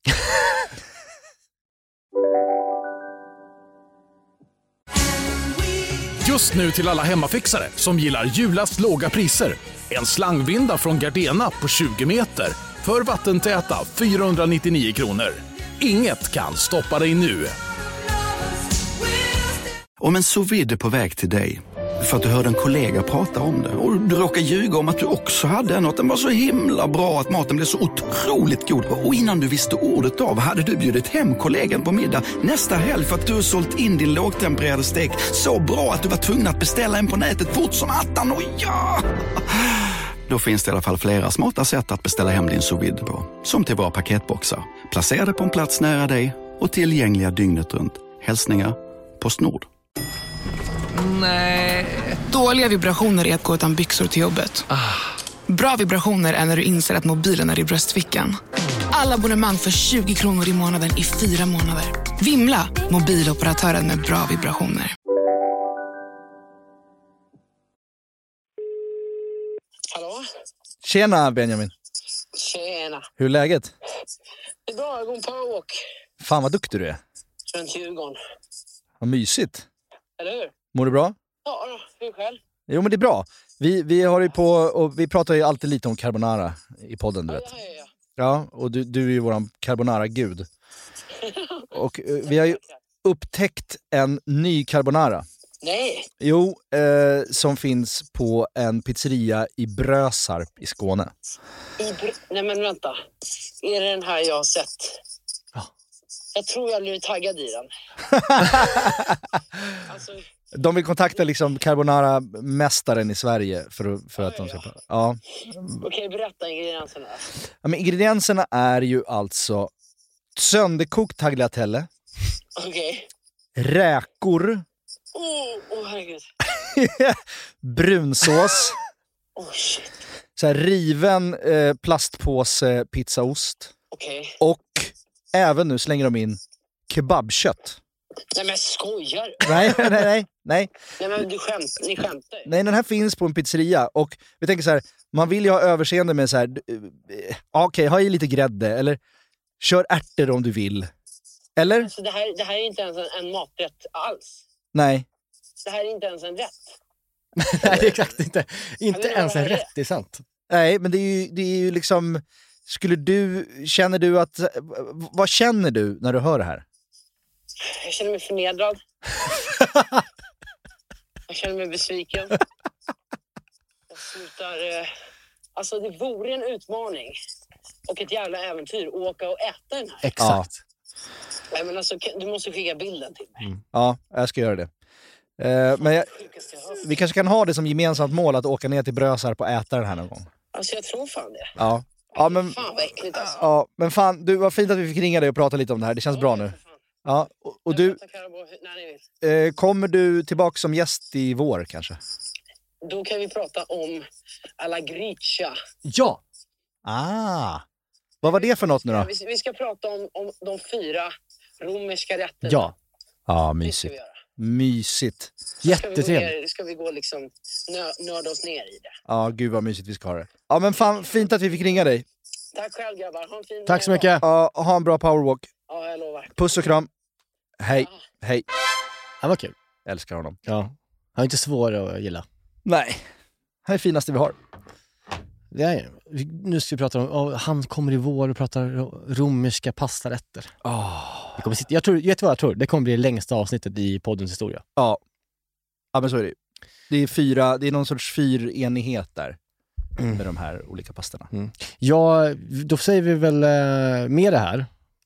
Just nu till alla hemmafixare som gillar Julas låga priser. En slangvinda från Gardena på tjugo meter för vattentäta fyrahundranittionio kronor. Inget kan stoppa dig nu. Om en sous vide är på väg till dig för att du hörde en kollega prata om det och du råkar ljuga om att du också hade en och att den var så himla bra att maten blev så otroligt god. Och innan du visste ordet av hade du bjudit hem kollegan på middag nästa helg för att du har sålt in din lågtempererade stek så bra att du var tvungen att beställa en på nätet fort som attan. Och ja! Då finns det i alla fall flera smarta sätt att beställa hem din sous vide på. Som till våra paketboxar. Placerade på en plats nära dig och tillgängliga dygnet runt. Hälsningar Postnord. Nej. Dåliga vibrationer är att gå utan byxor till jobbet. Ah. Bra vibrationer är när du inser att mobilen är i bröstfickan. Alla abonnemang för tjugo kronor i månaden i fyra månader. Vimla, mobiloperatören med bra vibrationer. Hallå? Tjena Benjamin. Tjena. Hur är läget? Det är bra, jag går en powerwalk. Fan vad duktig du är. Runt Djurgården. Vad mysigt. Eller hur? Mår du bra? Ja, det är själv. Jo men det är bra. Vi, vi har ju på, och vi pratar ju alltid lite om carbonara i podden, du vet. Ja, ja, ja. Ja, och du, du är ju våran carbonara-gud. Och uh, vi har ju, upptäckt en ny carbonara. Nej. Jo, eh, som finns på en pizzeria i Brösarp i Skåne. I br- Nej men vänta. Är det den här jag har sett? Ja. Jag tror jag blev taggad i den. alltså... De vill kontakta liksom carbonara-mästaren i Sverige för, att- för att de ska... Ja. Okej, berätta ingredienserna. Ja, men ingredienserna är ju alltså sönderkokt tagliatelle, Okej. räkor, Åh, oh, herregud. brunsås, Oh shit. så här riven eh, plastpåse pizzaost Okej. och även nu slänger de in kebabkött. Nej men skojar. Nej, nej, nej, nej. Nej men du skämt, ni skämtar. Nej, den här finns på en pizzeria och vi tänker så här, man vill ju ha överseende med så här, eh, okej, okay, ha i lite grädde eller kör ärtor om du vill. Eller? Alltså, det, här, det här är inte ens en, en maträtt alls. Nej. Det här är inte ens en rätt. Nej, exakt inte. Inte Jag ens en menar, rätt, det är sant. Nej, men det är ju, det är ju liksom, skulle du, känner du att, vad känner du när du hör det här? Jag känner mig förnedrad. Jag känner mig besviken. Jag slutar... Eh, alltså det vore en utmaning och ett jävla äventyr att åka och äta den här. Exakt. Nej, men alltså, du måste skicka bilden till mig. Mm. Ja, jag ska göra det. Eh, men jag, vi kanske kan ha det som gemensamt mål att åka ner till Brösarp och äta den här någon gång. Alltså jag tror fan det. Ja. Ja, men, Fan vad äckligt alltså. ja, men fan, du, vad fint att vi fick ringa dig och prata lite om det här. Det känns bra nu. Ja, och, och du, När ni vill. eh, kommer du tillbaka som gäst i vår kanske? Då kan vi prata om alla gricia. Ja! Ah, vad var det för något nu då? Vi, vi ska prata om, om de fyra romerska rätterna. Ja. Ja, Det ska vi mysigt. göra. Mysigt. Ska vi gå Jättetrevligt. ner- Ska vi gå liksom nö, nörda oss ner i det. Ja, gud vad mysigt vi ska ha det. Ja, men fan, fint att vi fick ringa dig. Tack själv grabbar. Ha en fin Tack så dag. mycket. Ja, ha en bra powerwalk. Ja, jag lovar. Puss och kram. Hej. Hej. Han var kul. Älskar honom. Ja. Han är inte svår att gilla. Nej. Han är det finaste vi har. Det är, nu ska vi prata om, oh, han kommer i vår och pratar ro- romerska pastarätter. Oh. Det kommer sitta, jag tror, vet vad jag tror? Det kommer bli det längsta avsnittet i poddens historia. Ja. Ja, men så är det. Det är fyra, det är någon sorts fyrenighet där. Mm. Med de här olika pastorna. Mm. Ja, då säger vi väl eh, med det här.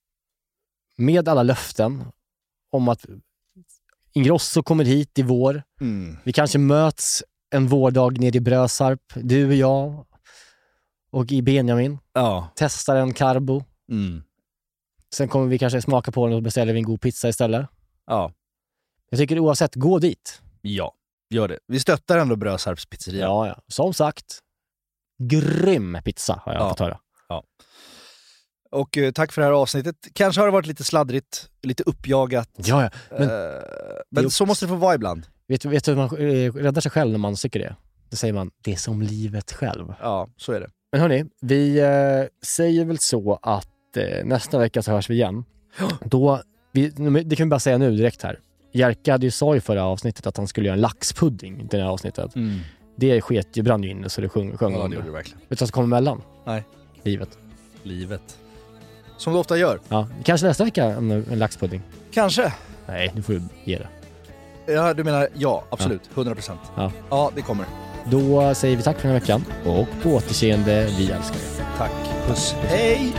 Med alla löften om att Ingrosso kommer hit i vår. Mm. Vi kanske möts en vårdag nere i Brösarp. Du och jag. Och i Benjamin. Ja. Testar en carbo. Mm. Sen kommer vi kanske smaka på den och beställer vi en god pizza istället. Ja. Jag tycker oavsett, gå dit. Ja, gör det. Vi stöttar ändå Brösarps pizzeria. Ja, ja. Som sagt, grym pizza har jag Ja. fått höra. Ja. Och eh, tack för det här avsnittet. Kanske har det varit lite sladdrigt, lite uppjagat. Ja, ja. Men, eh, men så måste det få vara ibland. Vet du vet du hur man eh, räddar sig själv när man tycker det? Då säger man, det är som livet själv. Ja, så är det. Men hörni, vi eh, säger väl så att eh, nästa vecka så hörs vi igen. Då, vi, det kan vi bara säga nu direkt här. Jerka hade ju sa i förra avsnittet att han skulle göra en laxpudding i det här avsnittet. Mm. Det sket ju brann ju in så det sjöng, sjöng Ja, om det det. gjorde det verkligen. Vet du vad som kommer emellan? Nej. Livet. Livet. Som du ofta gör. Ja, kanske nästa vecka en, en laxpudding. Kanske. Nej, nu får du ge det. Ja, du menar ja, absolut. hundra procent. Ja. Ja, det kommer. Då säger vi tack för den här veckan. Och på återseende, vi älskar er. Tack. Puss. Hej!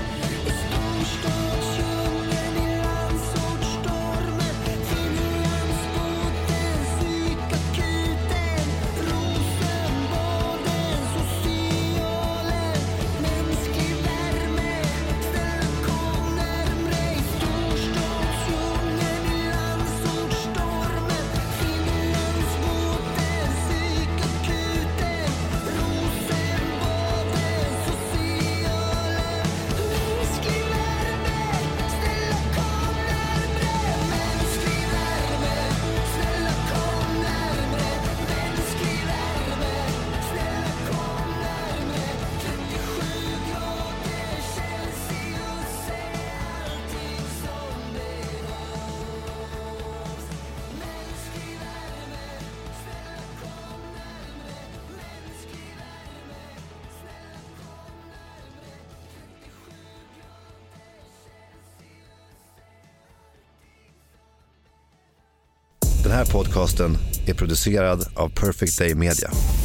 Den här podcasten är producerad av Perfect Day Media.